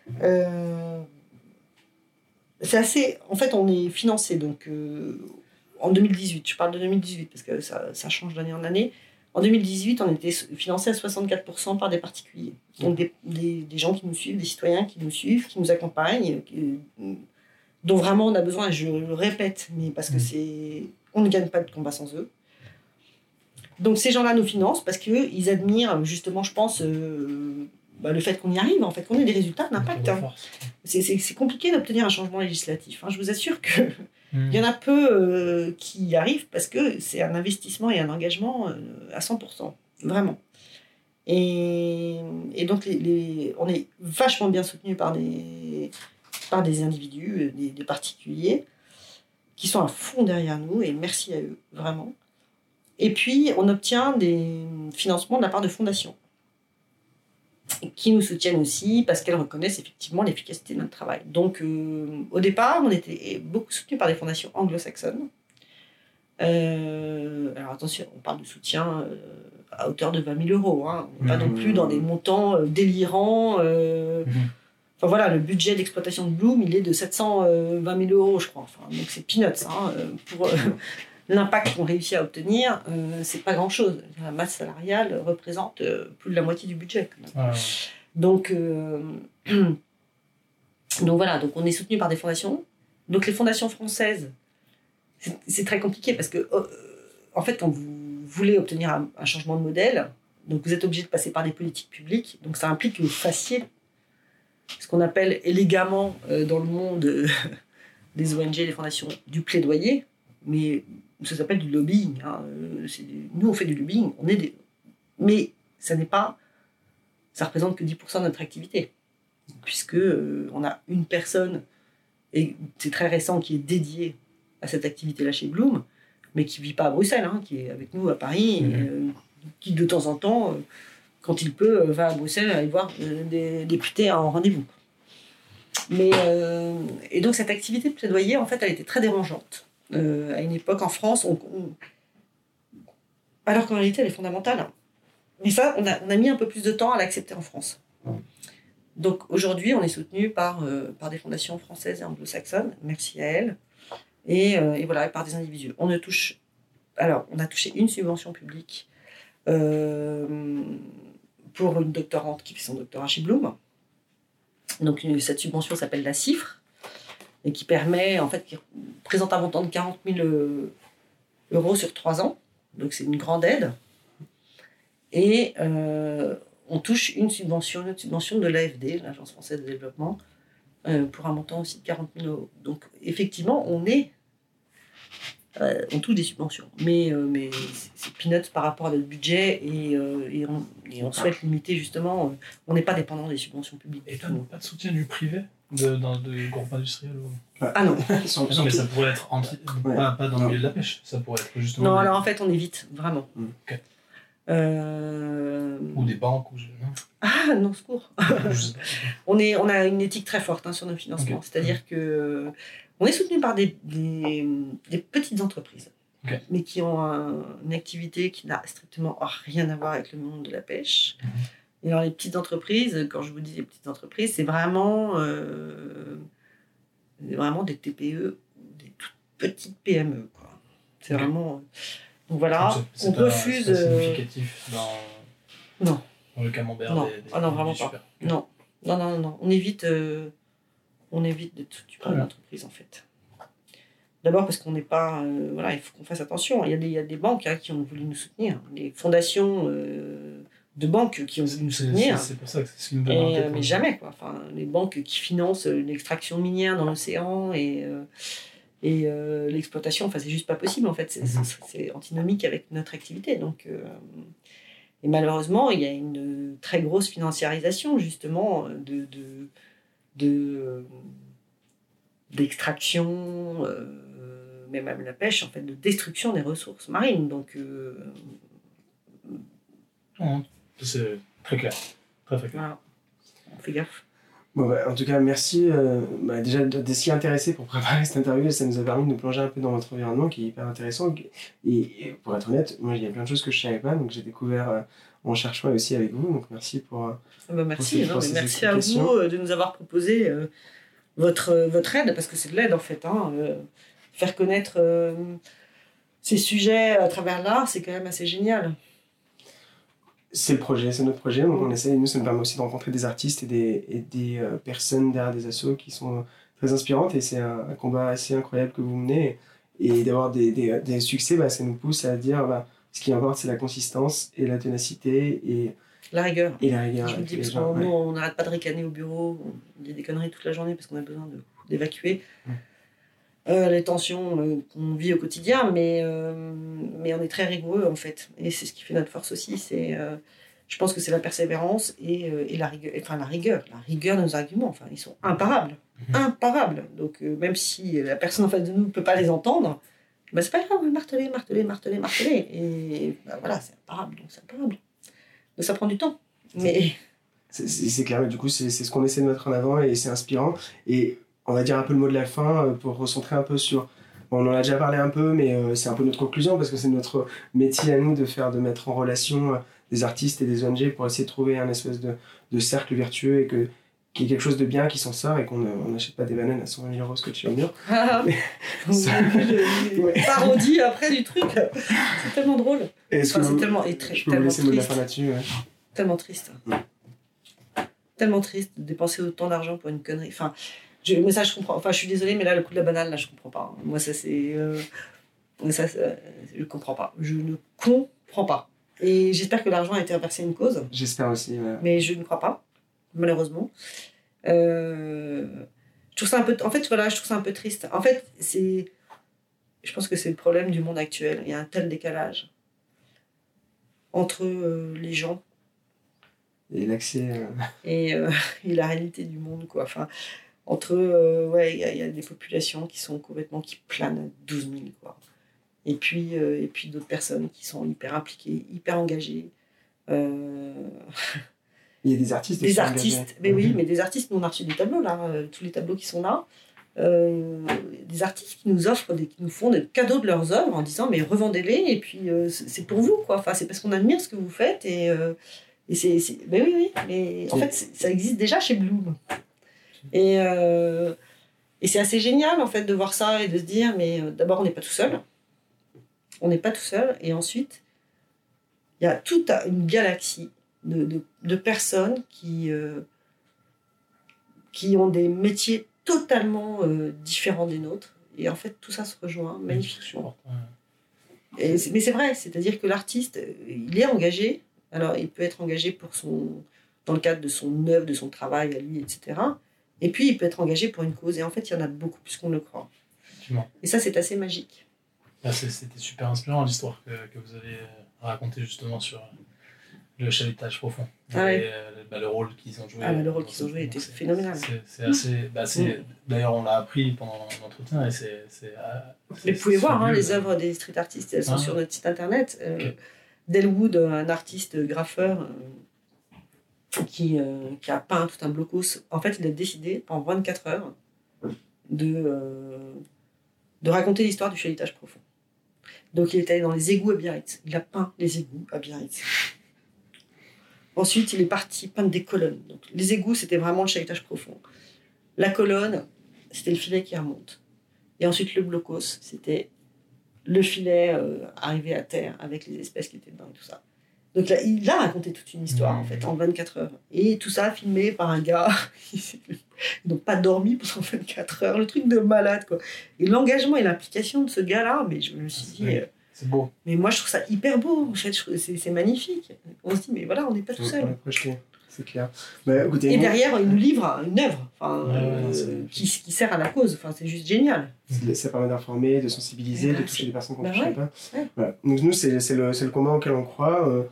Speaker 3: C'est assez... En fait, on est financé donc, en 2018. Je parle de 2018 parce que ça change d'année en année. En 2018, on était financé à 64% par des particuliers. Donc des gens qui nous suivent, des citoyens qui nous suivent, qui nous accompagnent, dont vraiment on a besoin, et je le répète, mais parce que on ne gagne pas de combat sans eux. Donc ces gens-là nous financent parce qu'ils admirent justement, je pense, le fait qu'on y arrive, en fait, qu'on ait des résultats d'impact. Hein. C'est compliqué d'obtenir un changement législatif. Hein. Je vous assure que il y en a peu qui y arrivent parce que c'est un investissement et un engagement à 100%, vraiment. Et donc on est vachement bien soutenu par des individus, des particuliers qui sont à fond derrière nous et merci à eux, vraiment. Et puis, on obtient des financements de la part de fondations qui nous soutiennent aussi parce qu'elles reconnaissent effectivement l'efficacité de notre travail. Donc, au départ, on était beaucoup soutenu par des fondations anglo-saxonnes. Alors attention, on parle de soutien à hauteur de 20 000 €. Hein. On n'est pas non plus dans des montants délirants. Enfin voilà, le budget d'exploitation de Bloom, il est de 720 000 €, je crois. Enfin, donc c'est peanuts. Hein, pour l'impact qu'on réussit à obtenir, c'est pas grand-chose. La masse salariale représente plus de la moitié du budget. Quand même. Donc voilà, donc on est soutenu par des fondations. Donc les fondations françaises, c'est très compliqué parce que en fait, quand vous voulez obtenir un changement de modèle, donc vous êtes obligé de passer par des politiques publiques. Donc ça implique que vous fassiez ce qu'on appelle élégamment dans le monde des ONG, des fondations, du plaidoyer, mais ça s'appelle du lobbying. Hein. Nous, on fait du lobbying, mais ça représente que 10% de notre activité, puisque on a une personne, et c'est très récent, qui est dédiée à cette activité-là chez Bloom, mais qui ne vit pas à Bruxelles, hein, qui est avec nous à Paris, qui de temps en temps, quand il peut, va à Bruxelles aller voir des députés en rendez-vous. Et donc cette activité de plaidoyer, en fait, elle était très dérangeante. À une époque, en France, alors qu'en réalité, elle est fondamentale. Mais ça, on a mis un peu plus de temps à l'accepter en France. Donc aujourd'hui, on est soutenu par des fondations françaises et anglo-saxonnes, merci à elles, et voilà, par des individus. On a touché une subvention publique pour une doctorante qui fait son doctorat chez Bloom. Donc cette subvention s'appelle la CIFRE et qui permet, en fait, qui présente un montant de 40 000 € sur 3 ans. Donc c'est une grande aide. Et on touche une subvention de l'AFD, l'Agence française de développement, pour un montant aussi de 40 000 €. Donc effectivement, on est On touche des subventions, mais c'est peanuts par rapport à notre budget et on souhaite limiter justement. On n'est pas dépendant des subventions publiques.
Speaker 2: Et pas de soutien du privé de groupes industriels
Speaker 3: Ah non.
Speaker 2: Non, mais ça pourrait être pas dans le milieu de la pêche, ça pourrait être justement.
Speaker 3: Non, alors en fait, on évite vraiment.
Speaker 2: Okay.
Speaker 3: Ou
Speaker 2: des banques ou non.
Speaker 3: Ah non, secours. On a une éthique très forte sur nos financements, c'est-à-dire que on est soutenu par des petites entreprises, mais qui ont une activité qui n'a strictement rien à voir avec le monde de la pêche. Et alors les petites entreprises, quand je vous dis les petites entreprises, c'est vraiment des TPE ou des toutes petites PME, quoi. C'est vraiment. Donc voilà, on refuse.
Speaker 2: C'est pas significatif
Speaker 3: Non.
Speaker 2: Dans le camembert.
Speaker 3: Non, non, vraiment pas. Non. On évite de tout prendre l'entreprise en fait. D'abord parce qu'on n'est pas. Il faut qu'on fasse attention. Il y a des banques qui ont voulu nous soutenir, des fondations de banques qui ont voulu nous soutenir.
Speaker 2: C'est pour ça que c'est une bonne idée.
Speaker 3: Mais jamais, quoi. Enfin, les banques qui financent l'extraction minière dans l'océan et l'exploitation, c'est juste pas possible en fait. C'est antinomique avec notre activité. Donc. Et malheureusement, il y a une très grosse financiarisation, justement, d'extraction, mais même la pêche, en fait, de destruction des ressources marines. Donc,
Speaker 2: c'est très clair. Très clair.
Speaker 3: Voilà. On fait gaffe.
Speaker 4: Bon, en tout cas, merci déjà d'être si intéressé pour préparer cette interview. Ça nous a permis de nous plonger un peu dans votre environnement qui est hyper intéressant. Et pour être honnête, moi, il y a plein de choses que je ne savais pas, donc j'ai découvert en cherchant et aussi avec vous. Donc merci pour.
Speaker 3: Merci à vous de nous avoir proposé votre aide, parce que c'est de l'aide en fait. Faire connaître ces sujets à travers l'art, c'est quand même assez génial.
Speaker 4: C'est notre projet, donc on essaie, nous ça nous permet aussi de rencontrer des artistes et des personnes derrière des assos qui sont très inspirantes, et c'est un combat assez incroyable que vous menez, et d'avoir des succès, ça nous pousse à dire ce qui importe c'est la consistance et la ténacité et
Speaker 3: la rigueur.
Speaker 4: Et la rigueur.
Speaker 3: Je vous le dis, parce que nous on n'arrête pas de ricaner au bureau, on dit des conneries toute la journée parce qu'on a besoin d'évacuer les tensions qu'on vit au quotidien, mais on est très rigoureux en fait, et c'est ce qui fait notre force aussi. Je pense que c'est la persévérance et la rigueur, la rigueur de nos arguments. Ils sont imparables, donc même si la personne en face de nous ne peut pas les entendre, c'est pas grave, marteler, et voilà, c'est imparable, donc ça prend du temps, mais
Speaker 4: c'est clair. Mais du coup c'est ce qu'on essaie de mettre en avant, et c'est inspirant. Et on va dire un peu le mot de la fin pour recentrer un peu sur... on en a déjà parlé un peu, mais c'est un peu notre conclusion, parce que c'est notre métier à nous de mettre en relation des artistes et des ONG pour essayer de trouver un espèce de cercle vertueux, et qu'il y ait quelque chose de bien qui s'en sort, et qu'on n'achète pas des bananes à 120 000 € scotchées au mur.
Speaker 3: Parodie après du truc. C'est tellement drôle.
Speaker 4: Je peux vous laisser le mot de la fin là-dessus.
Speaker 3: Tellement triste. Tellement triste de dépenser autant d'argent pour une connerie. Mais ça, je comprends. Je suis désolée, mais là, le coup de la banane, là, je comprends pas. Moi, ça, c'est... je comprends pas. Je ne comprends pas. Et j'espère que l'argent a été reversé à une cause.
Speaker 4: J'espère aussi.
Speaker 3: Mais je ne crois pas, malheureusement. Je trouve ça un peu... En fait, voilà, je trouve ça un peu triste. En fait, je pense que c'est le problème du monde actuel. Il y a un tel décalage entre les gens
Speaker 4: et l'accès...
Speaker 3: et la réalité du monde, quoi. Entre, il y a des populations qui planent à 12 000, quoi. Et puis d'autres personnes qui sont hyper impliquées, hyper engagées.
Speaker 4: Il y a des artistes.
Speaker 3: Des artistes, mais oui, mais des artistes, nous on a reçu des tableaux, là, tous les tableaux qui sont là. Des artistes qui nous offrent, qui nous font des cadeaux de leurs œuvres en disant, mais revendez-les, et puis c'est pour vous, quoi. C'est parce qu'on admire ce que vous faites, et mais oui, mais en fait, ça existe déjà chez Bloom. Et c'est assez génial en fait de voir ça et de se dire, mais d'abord on n'est pas tout seul, et ensuite il y a toute une galaxie de personnes qui ont des métiers totalement différents des nôtres, et en fait tout ça se rejoint magnifiquement. Mais c'est vrai, c'est-à-dire que l'artiste il est engagé, alors il peut être engagé dans le cadre de son œuvre, de son travail à lui, etc. Et puis, il peut être engagé pour une cause. Et en fait, il y en a beaucoup plus qu'on ne le croit.
Speaker 2: Effectivement.
Speaker 3: Et ça, c'est assez magique.
Speaker 2: C'était super inspirant l'histoire que vous avez racontée justement sur le chalutage profond. Le rôle qu'ils ont joué.
Speaker 3: Le rôle qu'ils ont joué était phénoménal.
Speaker 2: C'est assez. D'ailleurs, on l'a appris pendant l'entretien et
Speaker 3: Mais vous pouvez voir, les œuvres des street artistes, elles sont sur notre site internet. Delwood, un artiste graffeur qui a peint tout un blocos, en fait, il a décidé en 24 heures de raconter l'histoire du chalutage profond. Donc, il est allé dans les égouts à Biarritz. Il a peint les égouts à Biarritz. Ensuite, il est parti peindre des colonnes. Donc, les égouts, c'était vraiment le chalutage profond. La colonne, c'était le filet qui remonte. Et ensuite, le blocos, c'était le filet arrivé à terre avec les espèces qui étaient dedans et tout ça. Donc là, il a raconté toute une histoire, en fait, en 24 heures. Et tout ça filmé par un gars. Ils n'ont pas dormi pendant 24 heures. Le truc de malade, quoi. Et l'engagement et l'implication de ce gars-là, mais je me suis dit...
Speaker 2: c'est beau.
Speaker 3: Mais moi, je trouve ça hyper beau. En fait, c'est magnifique. On se dit, mais voilà, on n'est pas tout seul.
Speaker 4: C'est clair. Bah, écoutez,
Speaker 3: et derrière, il nous livre une œuvre qui sert à la cause. Enfin, c'est juste génial.
Speaker 4: Ça permet d'informer, de sensibiliser, de toucher des personnes qu'on ne touchait pas. Voilà. Donc nous, c'est le combat auquel on croit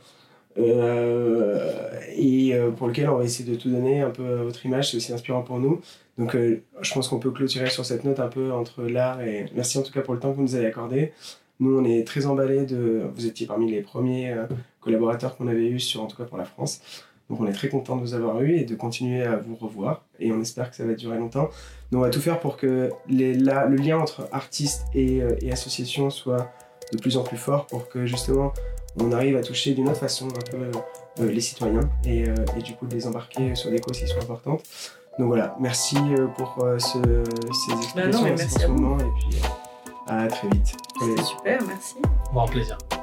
Speaker 4: et pour lequel on va essayer de tout donner un peu à votre image. C'est aussi inspirant pour nous. Donc je pense qu'on peut clôturer sur cette note un peu entre l'art et... Merci en tout cas pour le temps que vous nous avez accordé. Nous, on est très emballés Vous étiez parmi les premiers collaborateurs qu'on avait eus, en tout cas pour la France. Donc on est très content de vous avoir eu et de continuer à vous revoir. Et on espère que ça va durer longtemps. Donc on va tout faire pour que le lien entre artistes et associations soit de plus en plus fort pour que justement on arrive à toucher d'une autre façon un peu les citoyens et du coup de les embarquer sur des causes qui sont importantes. Donc voilà, merci pour ces explications,
Speaker 3: merci à vous.
Speaker 4: moment et puis à très vite.
Speaker 3: C'était super, merci.
Speaker 2: Bon, plaisir.